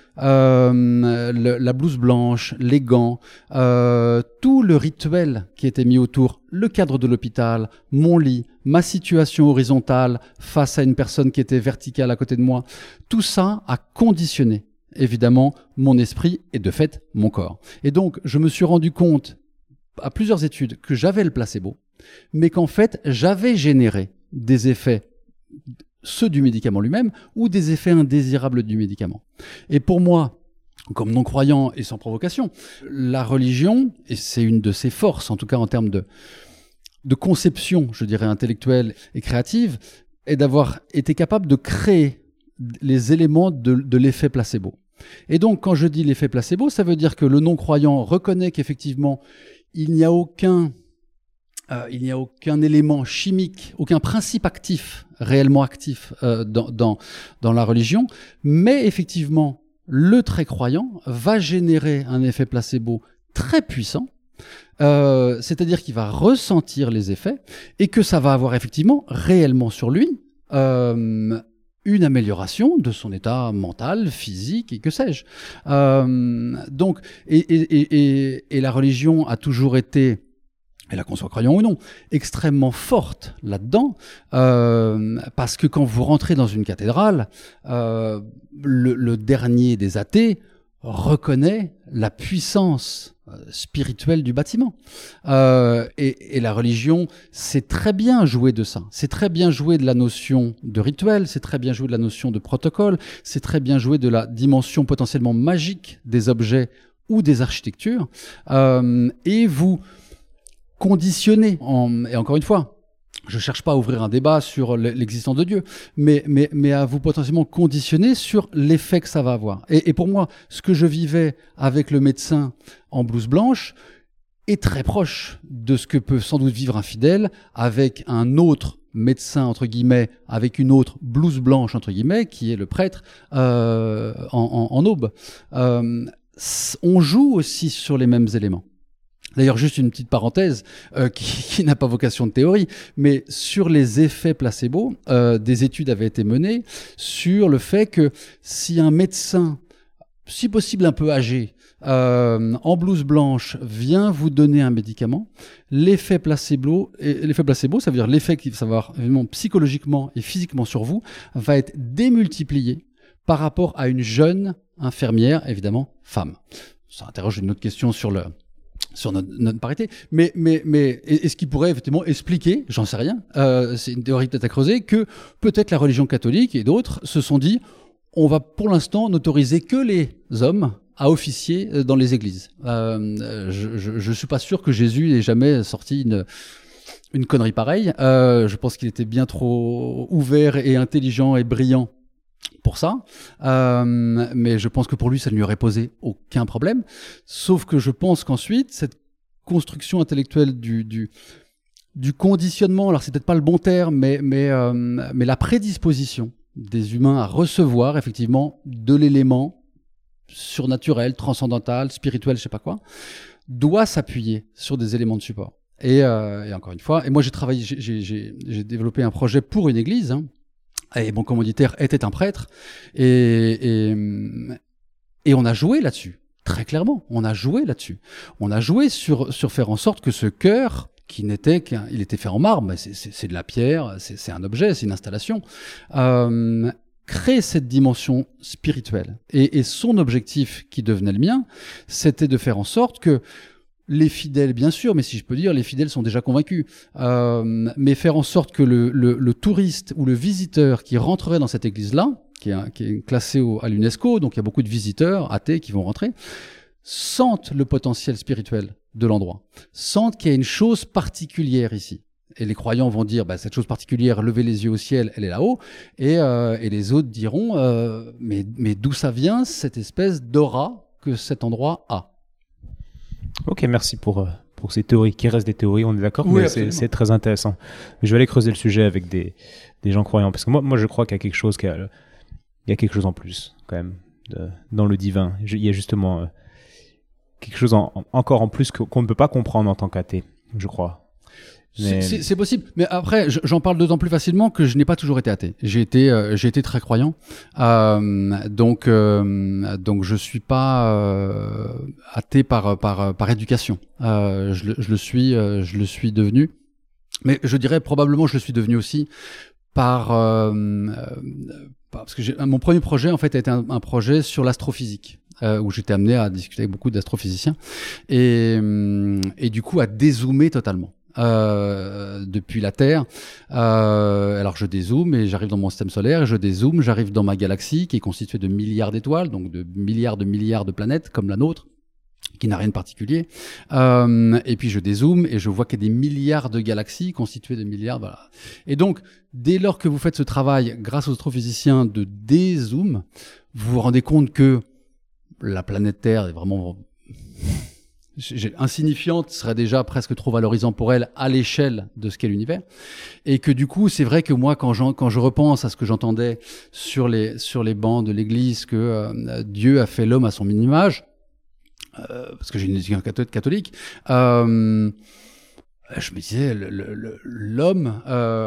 Speaker 1: la blouse blanche, les gants, tout le rituel qui était mis autour, le cadre de l'hôpital, mon lit, ma situation horizontale face à une personne qui était verticale à côté de moi, tout ça a conditionné évidemment mon esprit et de fait mon corps. Et donc je me suis rendu compte à plusieurs études que j'avais le placebo, mais qu'en fait j'avais généré des effets, ceux du médicament lui-même ou des effets indésirables du médicament. Et pour moi, comme non-croyant et sans provocation, la religion, et c'est une de ses forces, en tout cas en termes de conception, je dirais, intellectuelle et créative, est d'avoir été capable de créer les éléments de l'effet placebo. Et donc, quand je dis l'effet placebo, ça veut dire que le non-croyant reconnaît qu'effectivement, il n'y a aucun élément chimique, aucun principe actif, réellement actif dans la religion, mais effectivement, le très croyant va générer un effet placebo très puissant, c'est-à-dire qu'il va ressentir les effets et que ça va avoir effectivement réellement sur lui une amélioration de son état mental, physique et que sais-je. Donc, et la religion a toujours été, et là qu'on soit croyant ou non, extrêmement forte là-dedans, parce que quand vous rentrez dans une cathédrale, le dernier des athées reconnaît la puissance spirituelle du bâtiment. Et la religion, c'est très bien joué de ça. C'est très bien joué de la notion de rituel, c'est très bien joué de la notion de protocole, c'est très bien joué de la dimension potentiellement magique des objets ou des architectures. Et vous conditionnez, et encore une fois, je cherche pas à ouvrir un débat sur l'existence de Dieu, mais à vous potentiellement conditionner sur l'effet que ça va avoir. Et pour moi, ce que je vivais avec le médecin en blouse blanche est très proche de ce que peut sans doute vivre un fidèle avec un autre médecin, entre guillemets, avec une autre blouse blanche, entre guillemets, qui est le prêtre en aube. On joue aussi sur les mêmes éléments. D'ailleurs, juste une petite parenthèse qui n'a pas vocation de théorie, mais sur les effets placebo, des études avaient été menées sur le fait que si un médecin si possible un peu âgé, en blouse blanche, vient vous donner un médicament, l'effet placebo, ça veut dire l'effet qui va avoir évidemment psychologiquement et physiquement sur vous, va être démultiplié par rapport à une jeune infirmière, évidemment femme. Ça interroge une autre question sur notre parité, mais ce qui pourrait effectivement expliquer, j'en sais rien, c'est une théorie peut-être à creuser, que peut-être la religion catholique et d'autres se sont dit, on va pour l'instant n'autoriser que les hommes à officier dans les églises. Je suis pas sûr que Jésus ait jamais sorti une connerie pareille. Je pense qu'il était bien trop ouvert et intelligent et brillant pour ça, mais je pense que pour lui ça ne lui aurait posé aucun problème, sauf que je pense qu'ensuite cette construction intellectuelle du conditionnement, alors c'est peut-être pas le bon terme, mais la prédisposition des humains à recevoir effectivement de l'élément surnaturel, transcendantal, spirituel, je sais pas quoi, doit s'appuyer sur des éléments de support. Et encore une fois, et moi j'ai développé un projet pour une église, hein, et mon commanditaire était un prêtre, et on a joué là-dessus, très clairement, on a joué là-dessus. On a joué sur faire en sorte que ce cœur, qui n'était il était fait en marbre, c'est de la pierre, c'est un objet, c'est une installation, crée cette dimension spirituelle. Et son objectif, qui devenait le mien, c'était de faire en sorte que les fidèles, bien sûr, mais si je peux dire, les fidèles sont déjà convaincus. Mais faire en sorte que le touriste ou le visiteur qui rentrerait dans cette église-là, qui est classée à l'UNESCO, donc il y a beaucoup de visiteurs athées qui vont rentrer, sentent le potentiel spirituel de l'endroit, sentent qu'il y a une chose particulière ici. Et les croyants vont dire, cette chose particulière, levez les yeux au ciel, elle est là-haut. Et les autres diront, mais d'où ça vient, cette espèce d'aura que cet endroit a?
Speaker 2: Ok, merci pour ces théories qui restent des théories, on est d'accord,
Speaker 1: oui,
Speaker 2: mais c'est très intéressant. Je vais aller creuser le sujet avec des gens croyants, parce que moi je crois qu'il y a quelque chose en plus quand même dans le divin. Il y a justement quelque chose encore en plus qu'on ne peut pas comprendre en tant qu'athée, je crois.
Speaker 1: Mais... C'est possible, mais après j'en parle d'autant plus facilement que je n'ai pas toujours été athée. J'ai été très croyant, donc je suis pas athée par éducation. Je le suis devenu, mais je dirais probablement je le suis devenu aussi parce que mon premier projet en fait a été un projet sur l'astrophysique. Où j'étais amené à discuter avec beaucoup d'astrophysiciens et du coup à dézoomer totalement. Depuis la Terre. Alors je dézoome et j'arrive dans mon système solaire, et je dézoome, j'arrive dans ma galaxie qui est constituée de milliards d'étoiles, donc de milliards de planètes comme la nôtre, qui n'a rien de particulier. Et puis je dézoome et je vois qu'il y a des milliards de galaxies constituées de milliards. Voilà. Et donc, dès lors que vous faites ce travail, grâce aux astrophysiciens, de dézoom, vous vous rendez compte que la planète Terre est vraiment... insignifiante, serait déjà presque trop valorisant pour elle à l'échelle de ce qu'est l'univers, et que du coup c'est vrai que moi quand je repense à ce que j'entendais sur les bancs de l'église, que Dieu a fait l'homme à son image, parce que j'ai une éducation catholique, je me disais l'homme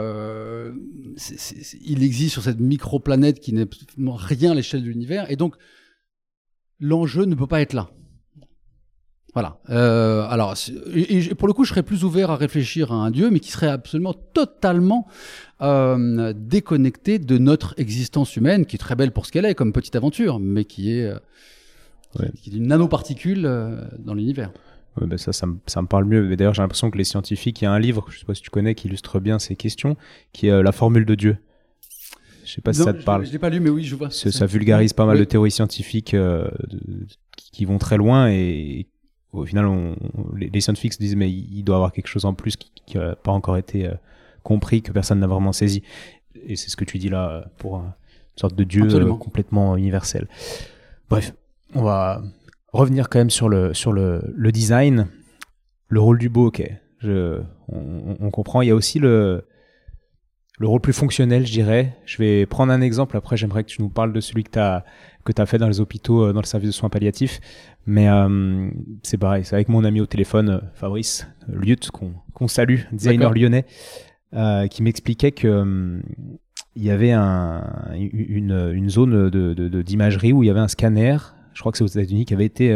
Speaker 1: il existe sur cette microplanète qui n'est rien à l'échelle de l'univers, et donc l'enjeu ne peut pas être là. Voilà. Alors, et pour le coup, je serais plus ouvert à réfléchir à un Dieu, mais qui serait absolument totalement déconnecté de notre existence humaine, qui est très belle pour ce qu'elle est, comme petite aventure, mais qui est une nanoparticule dans l'univers.
Speaker 2: Ouais, ça me parle mieux. Mais d'ailleurs, j'ai l'impression que les scientifiques, il y a un livre, je ne sais pas si tu connais, qui illustre bien ces questions, qui est La formule de Dieu. Je ne sais pas si ça te parle.
Speaker 1: Je ne l'ai pas lu, mais oui, je vois.
Speaker 2: Ça vulgarise pas mal de théories scientifiques qui vont très loin, et au final, les scientifiques se disent mais il doit y avoir quelque chose en plus qui n'a pas encore été compris, que personne n'a vraiment saisi. Et c'est ce que tu dis là pour une sorte de Dieu complètement universel. Bref, on va revenir quand même sur le design, le rôle du beau. Ok, on comprend. Il y a aussi le rôle plus fonctionnel, je dirais. Je vais prendre un exemple. Après, j'aimerais que tu nous parles de celui que tu as fait dans les hôpitaux, dans le service de soins palliatifs. Mais c'est pareil, c'est avec mon ami au téléphone, Fabrice Liut, qu'on salue, designer lyonnais, qui m'expliquait que il y avait une zone d'imagerie où il y avait un scanner je crois que c'est aux États-Unis, qui avait été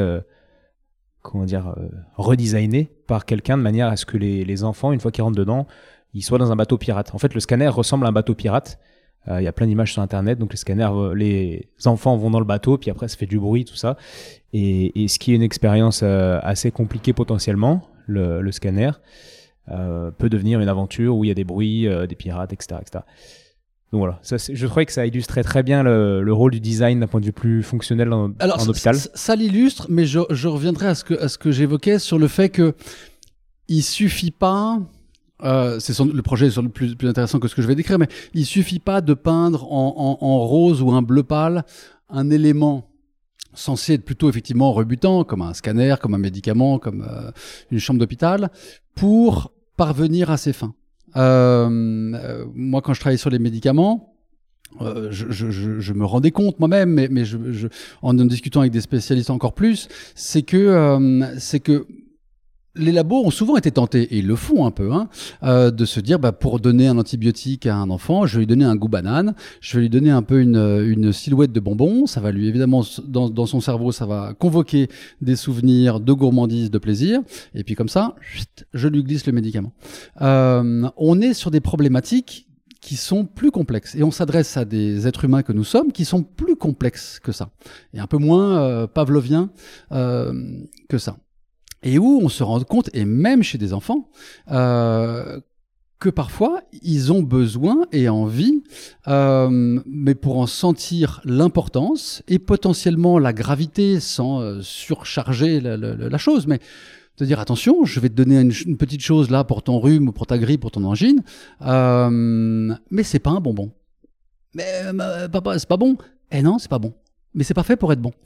Speaker 2: redesigné par quelqu'un de manière à ce que les enfants, une fois qu'ils rentrent dedans, ils soient dans un bateau pirate. En fait, le scanner ressemble à un bateau pirate. Il y a plein d'images sur Internet, donc les enfants vont dans le bateau, puis après ça fait du bruit, tout ça. Et ce qui est une expérience assez compliquée potentiellement, le scanner, peut devenir une aventure où il y a des bruits, des pirates, etc., etc. Donc voilà, je trouvais que ça illustrait très bien le rôle du design d'un point de vue plus fonctionnel en hôpital.
Speaker 1: Ça l'illustre, mais je reviendrai à ce que j'évoquais sur le fait que il suffit pas. Le projet est plus intéressant que ce que je vais décrire, mais il suffit pas de peindre en rose ou un bleu pâle un élément censé être plutôt effectivement rebutant, comme un scanner, comme un médicament, comme une chambre d'hôpital, pour parvenir à ses fins. Moi, quand je travaillais sur les médicaments, je me rendais compte moi-même, mais en discutant avec des spécialistes encore plus, c'est que les labos ont souvent été tentés, et ils le font un peu, de se dire, pour donner un antibiotique à un enfant, je vais lui donner un goût banane, je vais lui donner un peu une silhouette de bonbon, ça va lui, évidemment, dans son cerveau, ça va convoquer des souvenirs de gourmandise, de plaisir, et puis comme ça, je lui glisse le médicament. On est sur des problématiques qui sont plus complexes, et on s'adresse à des êtres humains que nous sommes, qui sont plus complexes que ça, et un peu moins pavloviens que ça. Et où on se rend compte, et même chez des enfants, que parfois, ils ont besoin et envie, mais pour en sentir l'importance et potentiellement la gravité sans surcharger la chose, mais te dire attention, je vais te donner une petite chose là pour ton rhume, pour ta grippe, pour ton angine, mais c'est pas un bonbon. Mais papa, c'est pas bon. Eh non, c'est pas bon. Mais c'est pas fait pour être bon.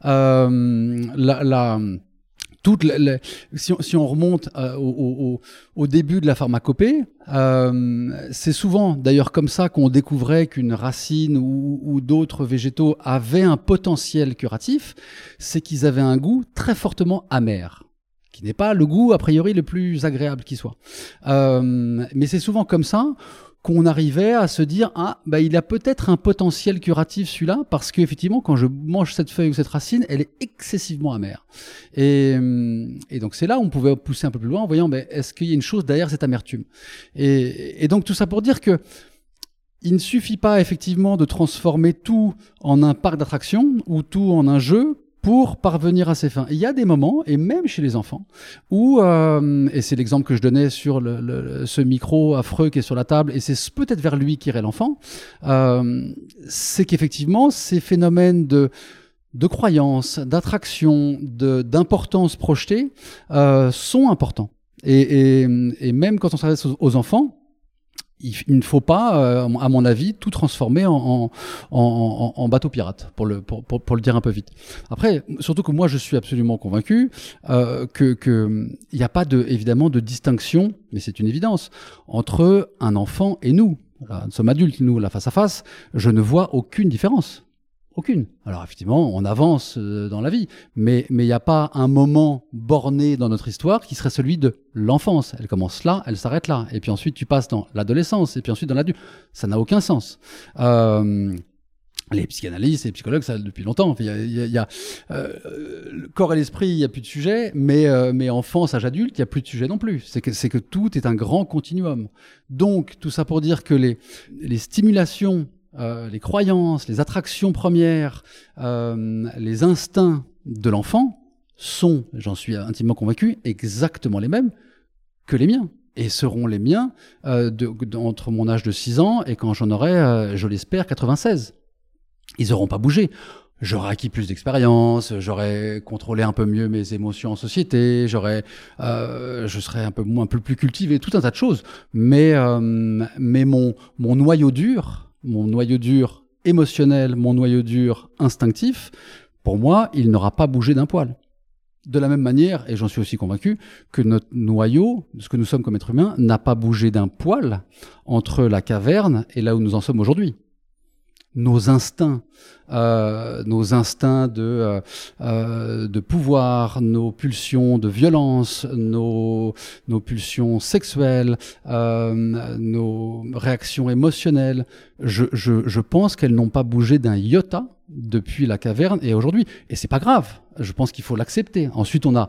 Speaker 1: Si on remonte au début de la pharmacopée, c'est souvent d'ailleurs comme ça qu'on découvrait qu'une racine ou d'autres végétaux avaient un potentiel curatif, c'est qu'ils avaient un goût très fortement amer, qui n'est pas le goût a priori le plus agréable qui soit. Mais c'est souvent comme ça qu'on arrivait à se dire il a peut-être un potentiel curatif celui-là, parce qu'effectivement quand je mange cette feuille ou cette racine, elle est excessivement amère. Et donc c'est là où on pouvait pousser un peu plus loin en voyant est-ce qu'il y a une chose derrière cette amertume. Et donc tout ça pour dire que il ne suffit pas effectivement de transformer tout en un parc d'attractions ou tout en un jeu pour parvenir à ses fins. Il y a des moments, et même chez les enfants, où, et c'est l'exemple que je donnais sur ce micro affreux qui est sur la table, et c'est peut-être vers lui qu'irait l'enfant, c'est qu'effectivement, ces phénomènes de croyance, d'attraction, d'importance projetée sont importants. Et même quand on s'adresse aux enfants, il ne faut pas, à mon avis, tout transformer en bateau pirate, pour le dire un peu vite. Après, surtout que moi, je suis absolument convaincu que il n'y a pas évidemment de distinction, mais c'est une évidence, entre un enfant et nous. Là, nous sommes adultes, nous, là, face à face. Je ne vois aucune différence. Aucune. Alors effectivement, on avance dans la vie, mais il n'y a pas un moment borné dans notre histoire qui serait celui de l'enfance. Elle commence là, elle s'arrête là, et puis ensuite tu passes dans l'adolescence, et puis ensuite dans l'adulte. Ça n'a aucun sens. Les psychanalystes et les psychologues, ça depuis longtemps. Il y a le corps et l'esprit, il n'y a plus de sujet, mais enfance, âge adulte, il n'y a plus de sujet non plus. C'est que tout est un grand continuum. Donc tout ça pour dire que les stimulations, les croyances, les attractions premières, les instincts de l'enfant sont, j'en suis intimement convaincu, exactement les mêmes que les miens. Et seront les miens entre mon âge de 6 ans et quand j'en aurai, je l'espère, 96. Ils n'auront pas bougé. J'aurais acquis plus d'expérience, j'aurais contrôlé un peu mieux mes émotions en société, je serais un peu plus cultivé, tout un tas de choses. Mais mon noyau dur émotionnel, mon noyau dur instinctif, pour moi, il n'aura pas bougé d'un poil. De la même manière, et j'en suis aussi convaincu, que notre noyau, de ce que nous sommes comme êtres humains, n'a pas bougé d'un poil entre la caverne et là où nous en sommes aujourd'hui. Nos instincts de pouvoir, nos pulsions de violence, nos pulsions sexuelles, nos réactions émotionnelles, je pense qu'elles n'ont pas bougé d'un iota depuis la caverne et aujourd'hui. Et c'est pas grave. Je pense qu'il faut l'accepter. Ensuite, on a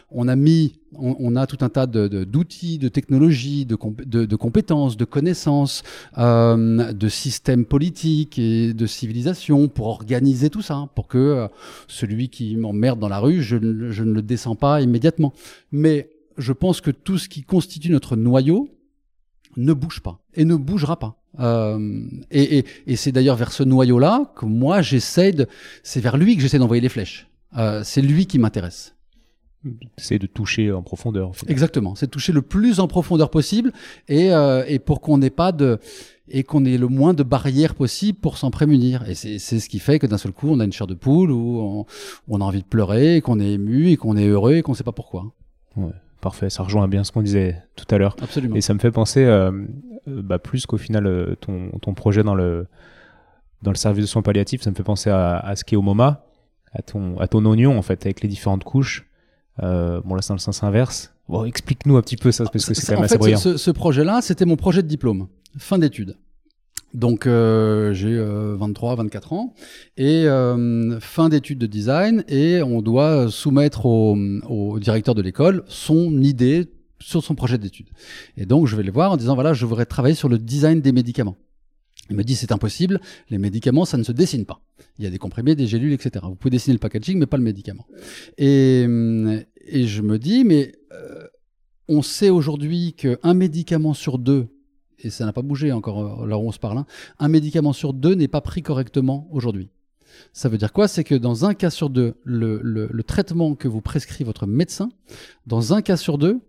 Speaker 1: tout un tas d'outils, de technologies, de compétences, de connaissances, de systèmes politiques et de civilisation pour organiser tout ça, pour que celui qui m'emmerde dans la rue, je ne le descends pas immédiatement. Mais je pense que tout ce qui constitue notre noyau ne bouge pas et ne bougera pas. Et c'est d'ailleurs vers ce noyau-là que moi c'est vers lui que j'essaie d'envoyer les flèches. C'est lui qui m'intéresse.
Speaker 2: C'est de toucher en profondeur. En fait.
Speaker 1: Exactement, c'est de toucher le plus en profondeur possible et pour qu'on n'ait pas et qu'on ait le moins de barrières possible pour s'en prémunir. Et c'est ce qui fait que d'un seul coup, on a une chair de poule où on a envie de pleurer, qu'on est ému et qu'on est heureux et qu'on ne sait pas pourquoi.
Speaker 2: Ouais. Parfait, ça rejoint bien ce qu'on disait tout à l'heure.
Speaker 1: Absolument.
Speaker 2: Et ça me fait penser, plus qu'au final, ton projet dans le service de soins palliatifs, ça me fait penser à ce qui est au MoMA, à ton oignon, en fait, avec les différentes couches. Là, c'est dans le sens inverse. Bon, explique-nous un petit peu ça, parce que c'est quand même assez brillant.
Speaker 1: Ce projet-là, c'était mon projet de diplôme, fin d'études. Donc j'ai 23-24 ans et fin d'études de design et on doit soumettre au directeur de l'école son idée sur son projet d'études. Et donc je vais le voir en disant voilà, je voudrais travailler sur le design des médicaments. Il me dit c'est impossible, les médicaments ça ne se dessine pas. Il y a des comprimés, des gélules, etc. Vous pouvez dessiner le packaging mais pas le médicament. Et je me dis mais on sait aujourd'hui qu'un médicament sur deux, et ça n'a pas bougé encore là où on se parle, un médicament sur deux n'est pas pris correctement aujourd'hui. Ça veut dire quoi? C'est que dans un cas sur deux, le traitement que vous prescrit votre médecin, dans un cas sur deux,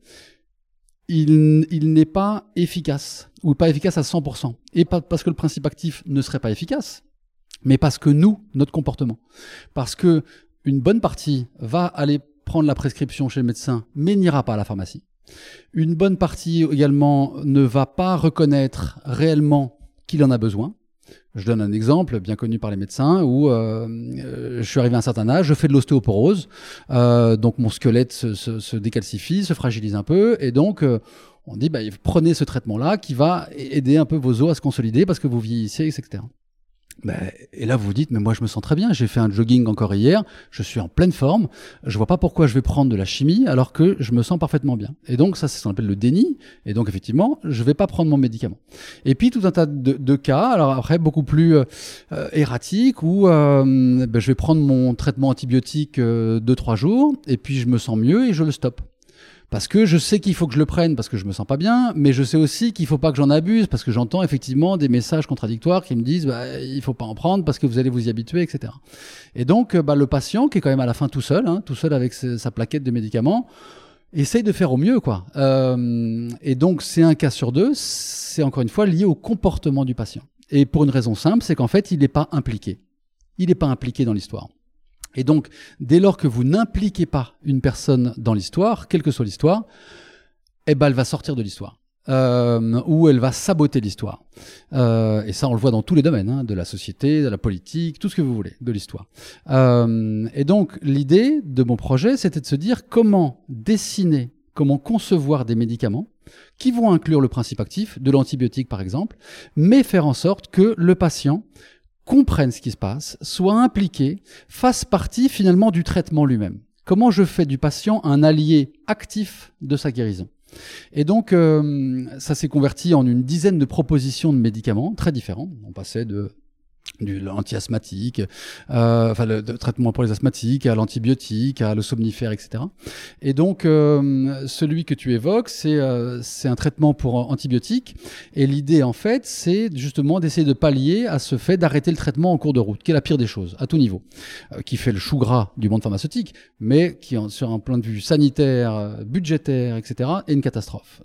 Speaker 1: il n'est pas efficace, ou pas efficace à 100%. Et pas parce que le principe actif ne serait pas efficace, mais parce que notre comportement. Parce que une bonne partie va aller prendre la prescription chez le médecin, mais n'ira pas à la pharmacie. Une bonne partie également ne va pas reconnaître réellement qu'il en a besoin. Je donne un exemple bien connu par les médecins où je suis arrivé à un certain âge, je fais de l'ostéoporose, donc mon squelette se décalcifie, se fragilise un peu, et donc on dit prenez ce traitement-là qui va aider un peu vos os à se consolider parce que vous vieillissez, etc. Et là, vous vous dites, mais moi, je me sens très bien. J'ai fait un jogging encore hier. Je suis en pleine forme. Je vois pas pourquoi je vais prendre de la chimie alors que je me sens parfaitement bien. Et donc, ça, c'est ce qu'on appelle le déni. Et donc, effectivement, je vais pas prendre mon médicament. Et puis, tout un tas de cas. Alors après, beaucoup plus erratiques où je vais prendre mon traitement antibiotique 2-3 jours. Et puis, je me sens mieux et je le stoppe. Parce que je sais qu'il faut que je le prenne parce que je me sens pas bien, mais je sais aussi qu'il faut pas que j'en abuse parce que j'entends effectivement des messages contradictoires qui me disent il faut pas en prendre parce que vous allez vous y habituer, etc. Et donc le patient qui est quand même à la fin tout seul avec sa plaquette de médicaments, essaye de faire au mieux, quoi. Et donc c'est un cas sur deux, c'est encore une fois lié au comportement du patient. Et pour une raison simple, c'est qu'en fait il n'est pas impliqué. Il n'est pas impliqué dans l'histoire. Et donc, dès lors que vous n'impliquez pas une personne dans l'histoire, quelle que soit l'histoire, elle va sortir de l'histoire. Ou elle va saboter l'histoire. Et ça, on le voit dans tous les domaines, de la société, de la politique, tout ce que vous voulez, de l'histoire. Et donc, l'idée de mon projet, c'était de se dire comment dessiner, comment concevoir des médicaments qui vont inclure le principe actif, de l'antibiotique par exemple, mais faire en sorte que le patient comprennent ce qui se passe, soient impliqués, fassent partie finalement du traitement lui-même. Comment je fais du patient un allié actif de sa guérison? Et donc, ça s'est converti en une dizaine de propositions de médicaments très différents. On passait de l'anti-asthmatique, le traitement pour les asthmatiques, à l'antibiotique, à le somnifère, etc. Et donc, celui que tu évoques, c'est un traitement pour antibiotiques. Et l'idée, en fait, c'est justement d'essayer de pallier à ce fait d'arrêter le traitement en cours de route, qui est la pire des choses, à tout niveau, qui fait le chou gras du monde pharmaceutique, mais qui, sur un point de vue sanitaire, budgétaire, etc., est une catastrophe.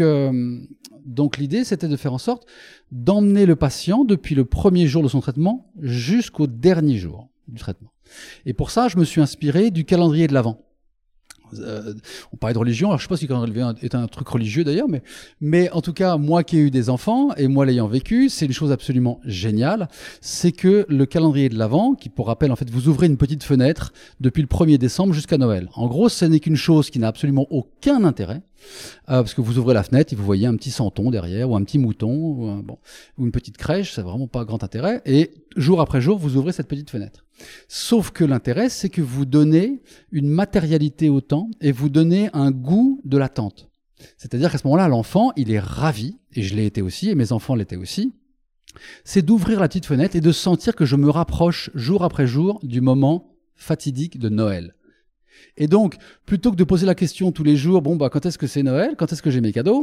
Speaker 1: Donc l'idée, c'était de faire en sorte d'emmener le patient depuis le premier jour de son traitement jusqu'au dernier jour du traitement. Et pour ça, je me suis inspiré du calendrier de l'Avent. On parlait de religion, alors je sais pas si calendrier de l'Avent est un truc religieux d'ailleurs, mais en tout cas, moi qui ai eu des enfants, et moi l'ayant vécu, c'est une chose absolument géniale, c'est que le calendrier de l'Avent, qui pour rappel, en fait, vous ouvrez une petite fenêtre depuis le 1er décembre jusqu'à Noël. En gros, ce n'est qu'une chose qui n'a absolument aucun intérêt, parce que vous ouvrez la fenêtre et vous voyez un petit santon derrière, ou un petit mouton, ou une petite crèche, ça n'a vraiment pas grand intérêt, et jour après jour, vous ouvrez cette petite fenêtre. Sauf que l'intérêt, c'est que vous donnez une matérialité au temps et vous donnez un goût de l'attente. C'est-à-dire qu'à ce moment-là, l'enfant, il est ravi, et je l'ai été aussi, et mes enfants l'étaient aussi, c'est d'ouvrir la petite fenêtre et de sentir que je me rapproche jour après jour du moment fatidique de Noël. Et donc, plutôt que de poser la question tous les jours, quand est-ce que c'est Noël, quand est-ce que j'ai mes cadeaux,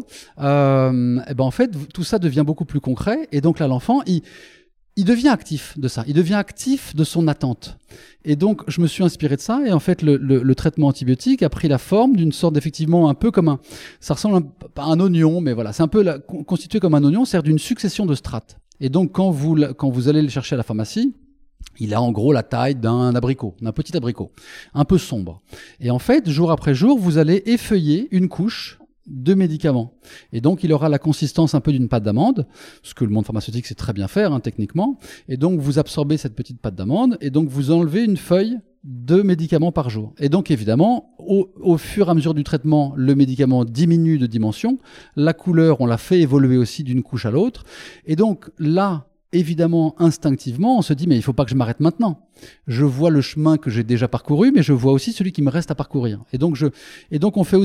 Speaker 1: en fait, tout ça devient beaucoup plus concret, et donc là, l'enfant, il devient actif de ça, il devient actif de son attente. Et donc, je me suis inspiré de ça, et en fait, le traitement antibiotique a pris la forme d'une sorte d'effectivement un peu comme ça ressemble à un oignon, mais voilà, c'est un peu constitué comme un oignon, c'est-à-dire d'une succession de strates. Et donc, quand vous allez le chercher à la pharmacie, il a en gros la taille d'un petit abricot, un peu sombre. Et en fait, jour après jour, vous allez effeuiller une couche de médicaments. Et donc, il aura la consistance un peu d'une pâte d'amande, ce que le monde pharmaceutique sait très bien faire, techniquement. Et donc, vous absorbez cette petite pâte d'amande, et donc vous enlevez une feuille de médicaments par jour. Et donc, évidemment, au fur et à mesure du traitement, le médicament diminue de dimension. La couleur, on la fait évoluer aussi d'une couche à l'autre. Et donc, là, évidemment, instinctivement, on se dit, mais il faut pas que je m'arrête maintenant. Je vois le chemin que j'ai déjà parcouru, mais je vois aussi celui qui me reste à parcourir. Et donc, on fait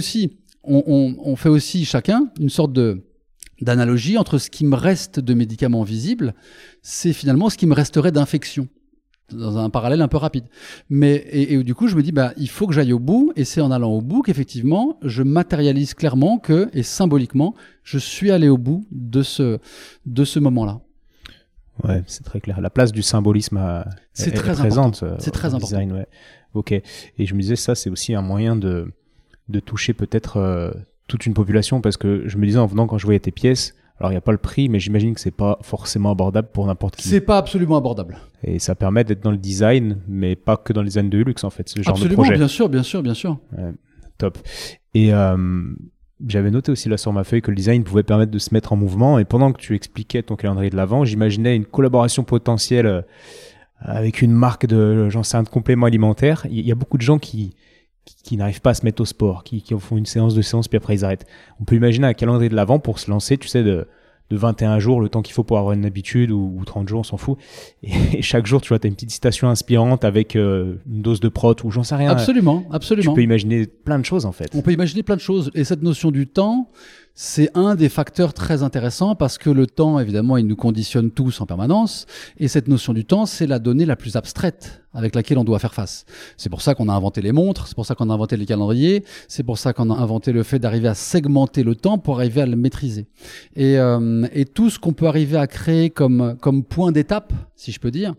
Speaker 1: aussi chacun une sorte d'analogie entre ce qui me reste de médicaments visibles, c'est finalement ce qui me resterait d'infection, dans un parallèle un peu rapide. Mais et du coup, je me dis, il faut que j'aille au bout, et c'est en allant au bout qu'effectivement, je matérialise clairement et symboliquement, je suis allé au bout de ce moment-là.
Speaker 2: Ouais, c'est très clair. La place du symbolisme
Speaker 1: est
Speaker 2: très
Speaker 1: présente.
Speaker 2: C'est très important. Design, ouais. Ok. Et je me disais, ça, c'est aussi un moyen de toucher peut-être toute une population, parce que je me disais en venant, quand je voyais tes pièces, alors il n'y a pas le prix, mais j'imagine que c'est pas forcément abordable pour n'importe qui.
Speaker 1: C'est pas absolument abordable.
Speaker 2: Et ça permet d'être dans le design, mais pas que dans le design de luxe, en fait, ce genre
Speaker 1: absolument,
Speaker 2: de projet.
Speaker 1: Bien sûr.
Speaker 2: Ouais, top. Et j'avais noté aussi là sur ma feuille que le design pouvait permettre de se mettre en mouvement, et pendant que tu expliquais ton calendrier de l'Avent, j'imaginais une collaboration potentielle avec une marque de compléments alimentaires. Il y a beaucoup de gens qui n'arrivent pas à se mettre au sport, qui font une séance puis après ils arrêtent. On peut imaginer un calendrier de l'Avent pour se lancer, tu sais, de 21 jours, le temps qu'il faut pour avoir une habitude, ou 30 jours, on s'en fout. Et chaque jour, tu vois, t'as une petite citation inspirante avec une dose de prot, ou j'en sais rien.
Speaker 1: Absolument.
Speaker 2: Tu peux imaginer plein de choses, en fait.
Speaker 1: On peut imaginer plein de choses. Et cette notion du temps, c'est un des facteurs très intéressants, parce que le temps, évidemment, il nous conditionne tous en permanence. Et cette notion du temps, c'est la donnée la plus abstraite avec laquelle on doit faire face. C'est pour ça qu'on a inventé les montres, c'est pour ça qu'on a inventé les calendriers, c'est pour ça qu'on a inventé le fait d'arriver à segmenter le temps pour arriver à le maîtriser. Et tout ce qu'on peut arriver à créer comme point d'étape, si je peux dire,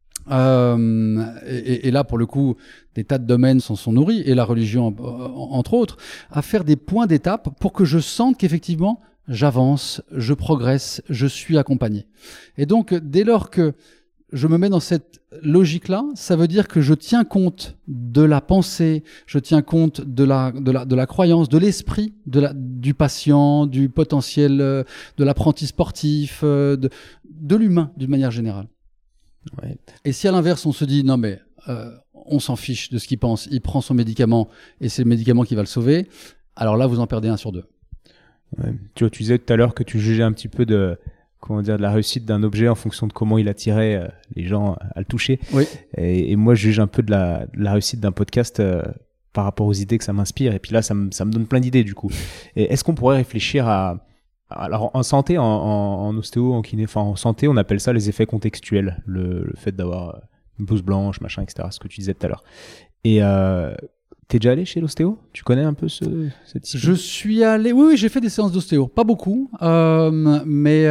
Speaker 1: et là, pour le coup, des tas de domaines sont nourris, et la religion, entre autres, à faire des points d'étape pour que je sente qu'effectivement, j'avance, je progresse, je suis accompagné. Et donc, dès lors que je me mets dans cette logique-là, ça veut dire que je tiens compte de la pensée, je tiens compte de la croyance, de l'esprit du patient, du potentiel de l'apprenti sportif, de l'humain d'une manière générale. Ouais. Et si à l'inverse on se dit non mais on s'en fiche de ce qu'il pense, il prend son médicament et c'est le médicament qui va le sauver, alors là vous en perdez 1 sur 2.
Speaker 2: Ouais. Tu vois, tu disais tout à l'heure que tu jugeais un petit peu de la réussite d'un objet en fonction de comment il attirait les gens à le toucher. Oui. Et moi je juge un peu de la réussite d'un podcast par rapport aux idées que ça m'inspire, et puis là ça me donne plein d'idées du coup. Et est-ce qu'on pourrait réfléchir alors en santé, en ostéo, en kiné, en santé, on appelle ça les effets contextuels, le fait d'avoir une blouse blanche, machin, etc. Ce que tu disais tout à l'heure. Et t'es déjà allé chez l'ostéo ? Tu connais un peu cette discipline ?
Speaker 1: Je suis allé, oui, j'ai fait des séances d'ostéo, pas beaucoup, mais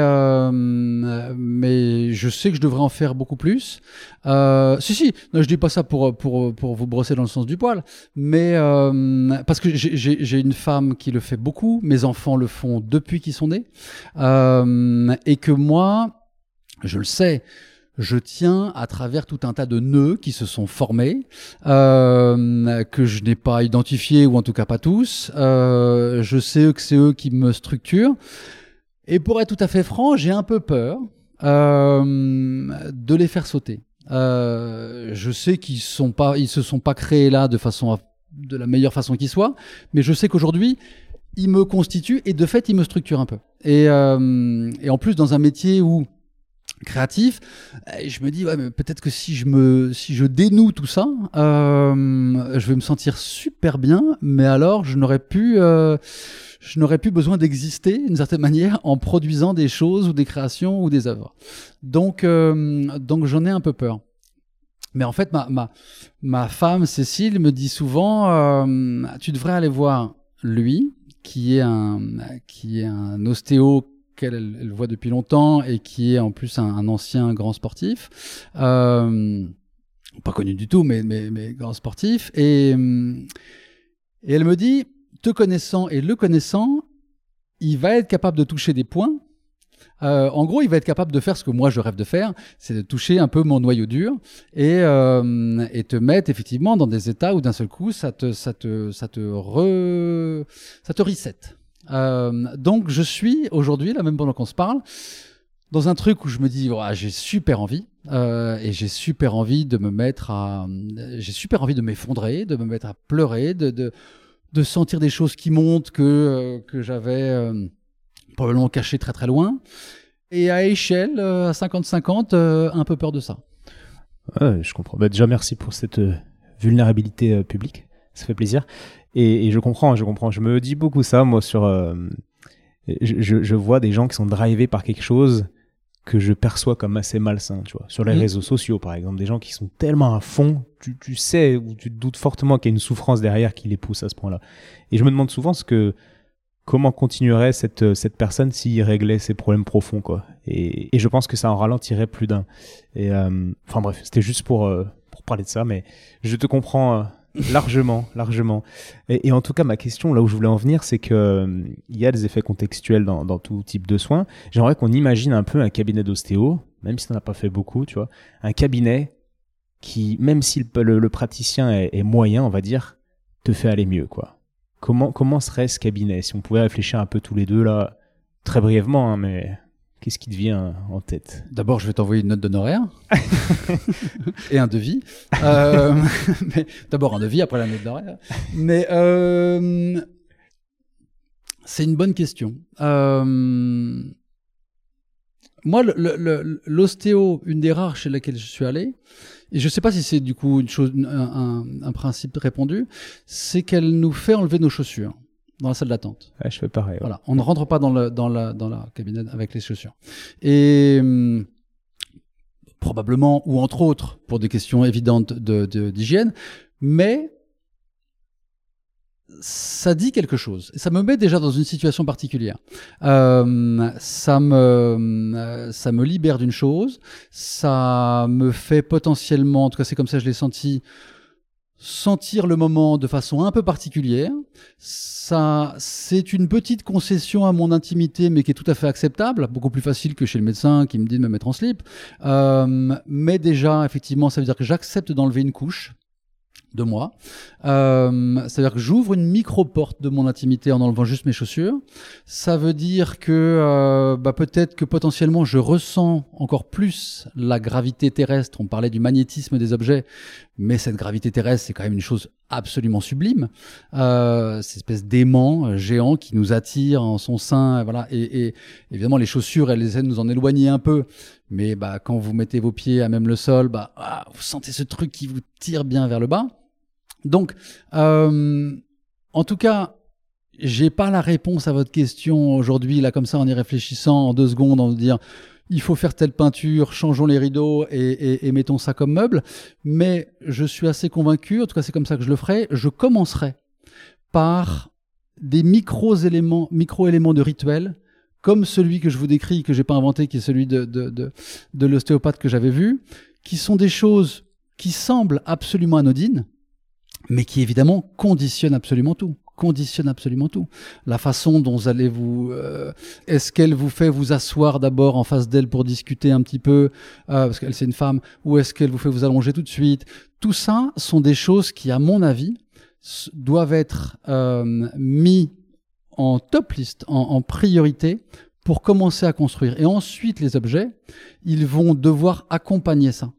Speaker 1: je sais que je devrais en faire beaucoup plus. Si, non, je dis pas ça pour vous brosser dans le sens du poil, mais parce que j'ai une femme qui le fait beaucoup, mes enfants le font depuis qu'ils sont nés, et que moi, je le sais, je tiens à travers tout un tas de nœuds qui se sont formés, que je n'ai pas identifiés, ou en tout cas pas tous. Je sais que c'est eux qui me structurent. Et pour être tout à fait franc, j'ai un peu peur de les faire sauter. Je sais qu'ils se sont pas créés là de la meilleure façon qui soit, mais je sais qu'aujourd'hui, ils me constituent et de fait, ils me structurent un peu. Et en plus, dans un métier où créatif, je me dis ouais, mais peut-être que si je dénoue tout ça, je vais me sentir super bien, mais alors je n'aurais plus besoin d'exister d'une certaine manière en produisant des choses ou des créations ou des œuvres. Donc j'en ai un peu peur. Mais en fait, ma femme Cécile me dit souvent, tu devrais aller voir lui, qui est un ostéo qu'elle voit depuis longtemps et qui est en plus un ancien grand sportif, pas connu du tout, mais grand sportif. Et elle me dit, te connaissant et le connaissant, il va être capable de toucher des points. En gros, il va être capable de faire ce que moi je rêve de faire, c'est de toucher un peu mon noyau dur et te mettre effectivement dans des états où d'un seul coup ça te reset. Donc je suis aujourd'hui, là même pendant qu'on se parle, dans un truc où je me dis j'ai super envie et j'ai super envie de m'effondrer, de me mettre à pleurer, de sentir des choses qui montent que j'avais probablement cachées très très loin, et à échelle à 50-50 un peu peur de ça.
Speaker 2: Ouais, je comprends. Déjà merci pour cette vulnérabilité publique, ça fait plaisir. Et je comprends. Je me dis beaucoup ça, moi, je vois des gens qui sont drivés par quelque chose que je perçois comme assez malsain, tu vois. Sur les réseaux sociaux, par exemple, des gens qui sont tellement à fond, tu sais, ou tu te doutes fortement qu'il y a une souffrance derrière qui les pousse à ce point-là. Et je me demande souvent comment continuerait cette personne s'il réglait ses problèmes profonds, quoi. Et je pense que ça en ralentirait plus d'un. Et enfin bref, c'était juste pour parler de ça, mais je te comprends largement. Et en tout cas, ma question, là où je voulais en venir, c'est que il y a des effets contextuels dans tout type de soins. J'aimerais qu'on imagine un peu un cabinet d'ostéo, même si on n'a pas fait beaucoup, tu vois, un cabinet qui, même si le praticien est moyen, on va dire, te fait aller mieux, quoi. Comment serait ce cabinet? Si on pouvait réfléchir un peu tous les deux, là, très brièvement, hein, mais qu'est-ce qui te vient en tête?
Speaker 1: D'abord, je vais t'envoyer une note d'honoraire et un devis. Mais d'abord un devis, après la note d'honoraire. Mais c'est une bonne question. Moi, l'ostéo, une des rares chez laquelle je suis allé, et je ne sais pas si c'est du coup un principe répandu, c'est qu'elle nous fait enlever nos chaussures dans la salle d'attente.
Speaker 2: Ouais, je fais pareil. Ouais.
Speaker 1: Voilà, on ne rentre pas dans la cabinet avec les chaussures. Et probablement, ou entre autres, pour des questions évidentes d'hygiène, mais ça dit quelque chose. Et ça me met déjà dans une situation particulière. Ça me libère d'une chose. Ça me fait potentiellement, en tout cas c'est comme ça que je l'ai senti, sentir le moment de façon un peu particulière. Ça, c'est une petite concession à mon intimité, mais qui est tout à fait acceptable, beaucoup plus facile que chez le médecin qui me dit de me mettre en slip. Mais déjà, effectivement, ça veut dire que j'accepte d'enlever une couche de moi. C'est-à-dire que j'ouvre une micro-porte de mon intimité en enlevant juste mes chaussures. Ça veut dire que peut-être que potentiellement je ressens encore plus la gravité terrestre. On parlait du magnétisme des objets, mais cette gravité terrestre, c'est quand même une chose absolument sublime. Cette espèce d'aimant géant qui nous attire en son sein. Voilà. Et évidemment, les chaussures, elles essaient de nous en éloigner un peu. Mais quand vous mettez vos pieds à même le sol, vous sentez ce truc qui vous tire bien vers le bas. Donc, en tout cas, j'ai pas la réponse à votre question aujourd'hui, là, comme ça, en y réfléchissant en 2 secondes, en dire il faut faire telle peinture, changeons les rideaux et mettons ça comme meuble. Mais je suis assez convaincu, en tout cas, c'est comme ça que je le ferai. Je commencerai par des micro-éléments de rituel, comme celui que je vous décris, que j'ai pas inventé, qui est celui de l'ostéopathe que j'avais vu, qui sont des choses qui semblent absolument anodines, mais qui évidemment conditionnent absolument tout. conditionne absolument tout. La façon dont vous allez vous... est-ce qu'elle vous fait vous asseoir d'abord en face d'elle pour discuter un petit peu, parce qu'elle c'est une femme, ou est-ce qu'elle vous fait vous allonger tout de suite? Tout ça sont des choses qui, à mon avis, doivent être mis en top list, en priorité, pour commencer à construire. Et ensuite, les objets, ils vont devoir accompagner ça.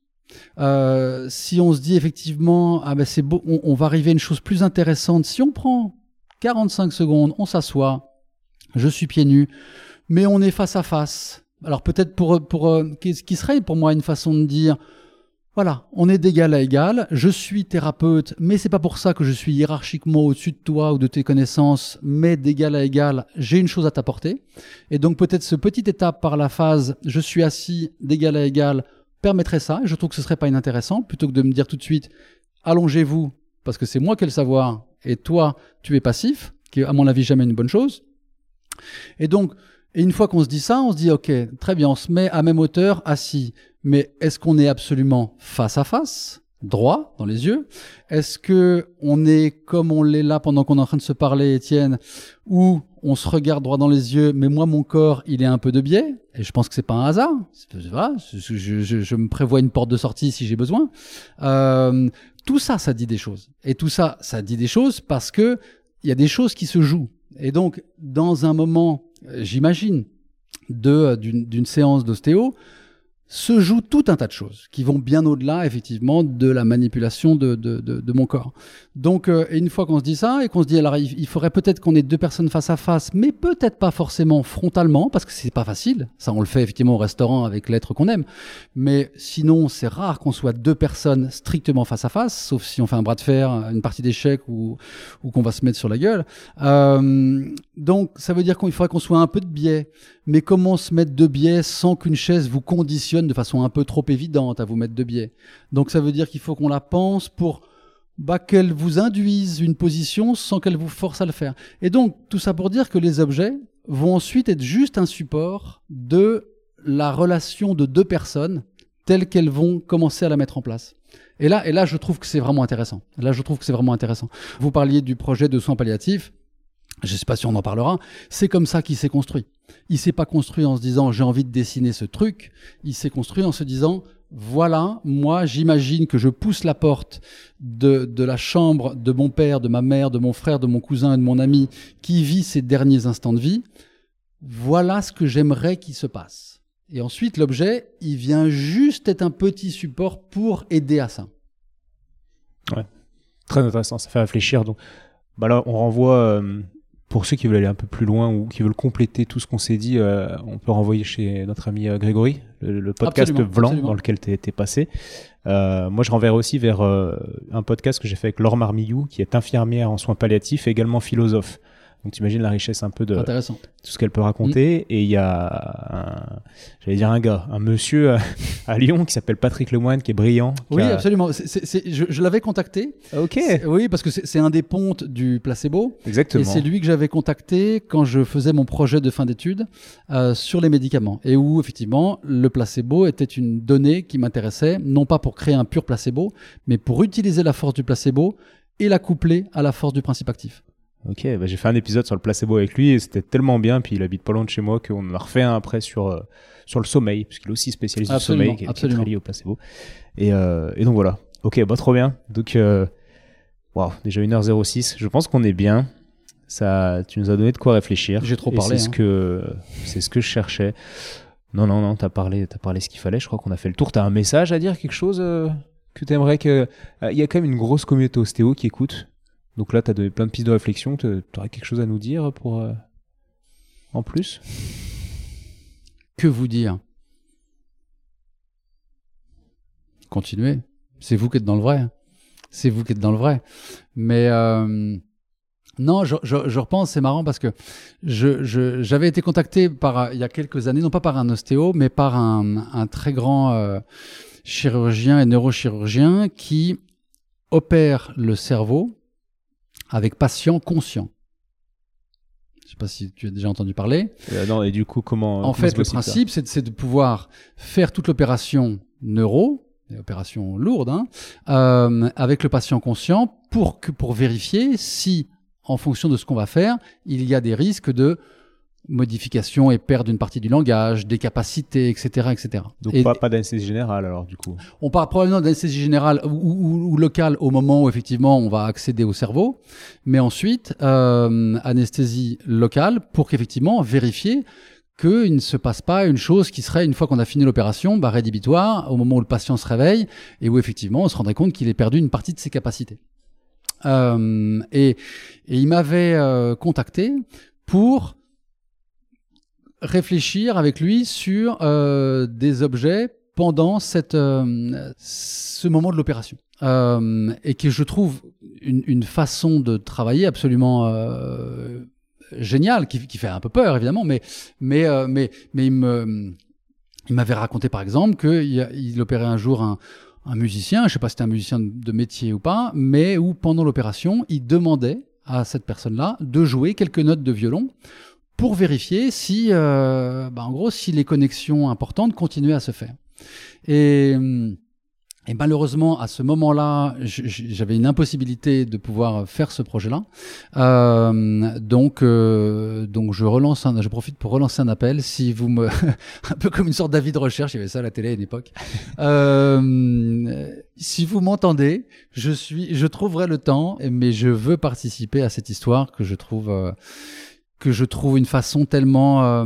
Speaker 1: Si on se dit effectivement, ah ben c'est beau, on va arriver à une chose plus intéressante. Si on prend 45 secondes, on s'assoit, je suis pieds nus, mais on est face à face. Alors peut-être qui serait pour moi une façon de dire, voilà, on est d'égal à égal, je suis thérapeute, mais c'est pas pour ça que je suis hiérarchiquement au-dessus de toi ou de tes connaissances, mais d'égal à égal, j'ai une chose à t'apporter. Et donc peut-être ce petit étape par la phase, je suis assis d'égal à égal, permettrait ça. Et je trouve que ce serait pas inintéressant, plutôt que de me dire tout de suite, allongez-vous, parce que c'est moi qui ai le savoir, et toi, tu es passif, qui est à mon avis jamais une bonne chose. Et donc, une fois qu'on se dit ça, on se dit, ok, très bien, on se met à même hauteur, assis. Mais est-ce qu'on est absolument face à face, droit, dans les yeux? Est-ce que on est comme on l'est là pendant qu'on est en train de se parler, Étienne, où on se regarde droit dans les yeux, mais moi, mon corps, il est un peu de biais, et je pense que c'est pas un hasard. Voilà, je me prévois une porte de sortie si j'ai besoin. Tout ça, ça dit des choses. Et tout ça, ça dit des choses parce que il y a des choses qui se jouent. Et donc, dans un moment, j'imagine, d'une séance d'ostéo, se joue tout un tas de choses qui vont bien au-delà, effectivement, de la manipulation de mon corps. Donc, et une fois qu'on se dit ça et qu'on se dit, alors, il faudrait peut-être qu'on ait deux personnes face à face, mais peut-être pas forcément frontalement, parce que c'est pas facile. Ça, on le fait effectivement au restaurant avec l'être qu'on aime. Mais sinon, c'est rare qu'on soit deux personnes strictement face à face, sauf si on fait un bras de fer, une partie d'échecs ou qu'on va se mettre sur la gueule. Donc, ça veut dire qu'il faudrait qu'on soit un peu de biais. Mais comment se mettre de biais sans qu'une chaise vous conditionne de façon un peu trop évidente à vous mettre de biais? Donc ça veut dire qu'il faut qu'on la pense pour qu'elle vous induise une position sans qu'elle vous force à le faire. Et donc tout ça pour dire que les objets vont ensuite être juste un support de la relation de deux personnes telles qu'elles vont commencer à la mettre en place. Et là, je trouve que c'est vraiment intéressant. Vous parliez du projet de soins palliatifs. Je ne sais pas si on en parlera, c'est comme ça qu'il s'est construit. Il ne s'est pas construit en se disant « j'ai envie de dessiner ce truc », il s'est construit en se disant « voilà, moi j'imagine que je pousse la porte de la chambre de mon père, de ma mère, de mon frère, de mon cousin et de mon ami qui vit ses derniers instants de vie, voilà ce que j'aimerais qu'il se passe ». Et ensuite l'objet, il vient juste être un petit support pour aider à ça.
Speaker 2: Ouais, très intéressant, ça fait réfléchir. Donc, là on renvoie... Pour ceux qui veulent aller un peu plus loin ou qui veulent compléter tout ce qu'on s'est dit, on peut renvoyer chez notre ami Grégory, le podcast Vlan dans lequel tu es passé. Moi, je renverrai aussi vers un podcast que j'ai fait avec Laure Marmillou, qui est infirmière en soins palliatifs et également philosophe. Donc, t'imagines la richesse un peu de tout ce qu'elle peut raconter. Et il y a un monsieur à Lyon qui s'appelle Patrick Lemoine, qui est brillant.
Speaker 1: Oui, absolument. Je l'avais contacté.
Speaker 2: Ok.
Speaker 1: Oui, parce que c'est un des pontes du placebo.
Speaker 2: Exactement.
Speaker 1: Et c'est lui que j'avais contacté quand je faisais mon projet de fin d'études sur les médicaments. Et où, effectivement, le placebo était une donnée qui m'intéressait, non pas pour créer un pur placebo, mais pour utiliser la force du placebo et la coupler à la force du principe actif.
Speaker 2: Ok, j'ai fait un épisode sur le placebo avec lui et c'était tellement bien, puis il habite pas loin de chez moi qu'on en a refait un après sur le sommeil, parce qu'il est aussi spécialiste du sommeil, qui est très lié au placebo. Et donc voilà, ok, trop bien. Donc, déjà 1h06, je pense qu'on est bien. Ça, tu nous as donné de quoi réfléchir.
Speaker 1: J'ai trop parlé.
Speaker 2: C'est ce que je cherchais. Non, t'as parlé ce qu'il fallait, je crois qu'on a fait le tour. T'as un message à dire, quelque chose que t'aimerais que... Il y a quand même une grosse communauté ostéo qui écoute. Donc là, tu as donné plein de pistes de réflexion. Tu aurais quelque chose à nous dire pour en plus?
Speaker 1: Que vous dire? Continuez. C'est vous qui êtes dans le vrai. Mais non, je repense, c'est marrant parce que j'avais été contacté il y a quelques années, non pas par un ostéo, mais par un très grand chirurgien et neurochirurgien qui opère le cerveau avec patient conscient. Je ne sais pas si tu as déjà entendu parler.
Speaker 2: Non, et du coup, comment...
Speaker 1: En fait, le principe, c'est de pouvoir faire toute l'opération neuro, une opération lourde, avec le patient conscient pour vérifier si, en fonction de ce qu'on va faire, il y a des risques de modification et perte d'une partie du langage, des capacités, etc., etc.
Speaker 2: Donc pas d'anesthésie générale alors du coup.
Speaker 1: On parle probablement d'anesthésie générale ou locale au moment où effectivement on va accéder au cerveau, mais ensuite anesthésie locale pour qu'effectivement vérifier qu'il ne se passe pas une chose qui serait, une fois qu'on a fini l'opération, rédhibitoire au moment où le patient se réveille et où effectivement on se rendrait compte qu'il ait perdu une partie de ses capacités. Et il m'avait contacté pour réfléchir avec lui sur des objets pendant ce moment de l'opération. Et que je trouve une façon de travailler absolument géniale, qui fait un peu peur évidemment, mais il m'avait raconté par exemple qu'il opérait un jour un musicien, je ne sais pas si c'était un musicien de métier ou pas, mais où pendant l'opération, il demandait à cette personne-là de jouer quelques notes de violon pour vérifier si, en gros, si les connexions importantes continuaient à se faire. Et malheureusement, à ce moment-là, j'avais une impossibilité de pouvoir faire ce projet-là. Donc, je profite pour relancer un appel. Si vous me, un peu comme une sorte d'avis de recherche, il y avait ça à la télé à une époque. Si vous m'entendez, je trouverai le temps, mais je veux participer à cette histoire que je trouve une façon tellement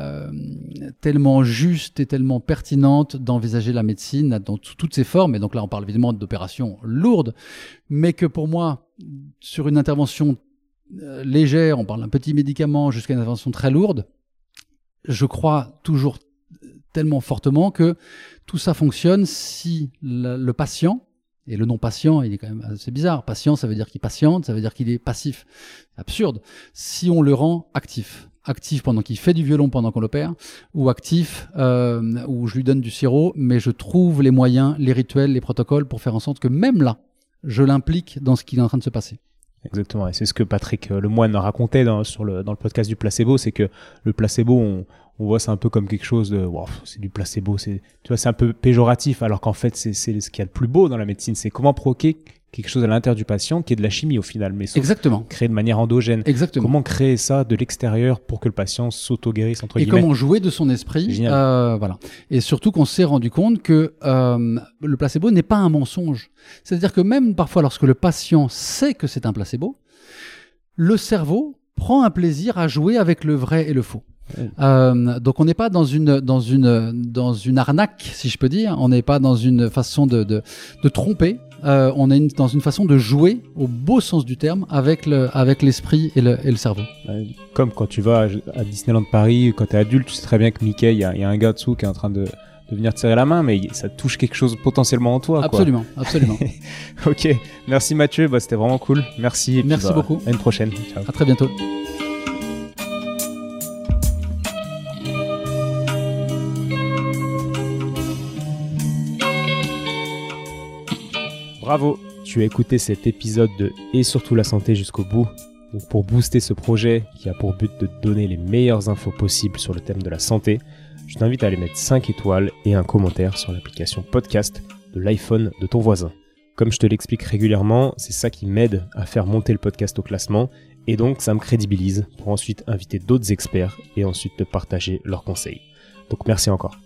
Speaker 1: juste et tellement pertinente d'envisager la médecine dans toutes ses formes. Et donc là, on parle évidemment d'opérations lourdes, mais que pour moi, sur une intervention légère, on parle d'un petit médicament jusqu'à une intervention très lourde, je crois toujours tellement fortement que tout ça fonctionne si le patient, et le non-patient, il est quand même assez bizarre. Patient, ça veut dire qu'il patiente, ça veut dire qu'il est passif. C'est absurde. Si on le rend actif pendant qu'il fait du violon pendant qu'on l'opère, ou actif, où je lui donne du sirop, mais je trouve les moyens, les rituels, les protocoles pour faire en sorte que même là, je l'implique dans ce qui est en train de se passer.
Speaker 2: Exactement, et c'est ce que Patrick Lemoine racontait dans le podcast du placebo, c'est que le placebo, on voit ça un peu comme quelque chose de wow, c'est du placebo, c'est un peu péjoratif, alors qu'en fait c'est ce qu'il y a de plus beau dans la médecine, c'est comment provoquer quelque chose à l'intérieur du patient qui est de la chimie au final, mais
Speaker 1: exactement,
Speaker 2: créer de manière endogène.
Speaker 1: Exactement.
Speaker 2: Comment créer ça de l'extérieur pour que le patient s'auto-guérisse entre guillemets.
Speaker 1: Et comment jouer de son esprit, voilà. Et surtout qu'on s'est rendu compte que le placebo n'est pas un mensonge. C'est-à-dire que même parfois lorsque le patient sait que c'est un placebo, le cerveau prend un plaisir à jouer avec le vrai et le faux. Donc on n'est pas dans une arnaque, si je peux dire. On n'est pas dans une façon de tromper. On est dans une façon de jouer au beau sens du terme avec l'esprit et le cerveau.
Speaker 2: Comme quand tu vas à Disneyland Paris, quand tu es adulte, tu sais très bien que Mickey, il y a un gars dessous qui est en train de venir te serrer la main, mais ça touche quelque chose potentiellement en toi.
Speaker 1: Absolument, quoi. Absolument.
Speaker 2: Ok, merci Mathieu, c'était vraiment cool. Merci.
Speaker 1: Merci beaucoup.
Speaker 2: À une prochaine. Ciao.
Speaker 1: À très bientôt.
Speaker 2: Bravo, tu as écouté cet épisode de Et surtout la santé jusqu'au bout. Donc pour booster ce projet qui a pour but de te donner les meilleures infos possibles sur le thème de la santé, je t'invite à aller mettre 5 étoiles et un commentaire sur l'application podcast de l'iPhone de ton voisin. Comme je te l'explique régulièrement, c'est ça qui m'aide à faire monter le podcast au classement et donc ça me crédibilise pour ensuite inviter d'autres experts et ensuite te partager leurs conseils. Donc merci encore.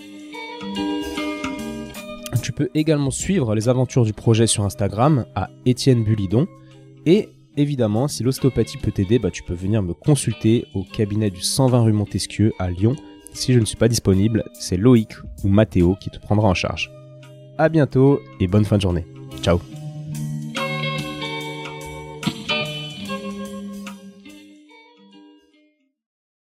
Speaker 2: Tu peux également suivre les aventures du projet sur Instagram à Étienne Bulidon. Et évidemment, si l'ostéopathie peut t'aider, tu peux venir me consulter au cabinet du 120 rue Montesquieu à Lyon. Si je ne suis pas disponible, c'est Loïc ou Mathéo qui te prendra en charge. À bientôt et bonne fin de journée. Ciao.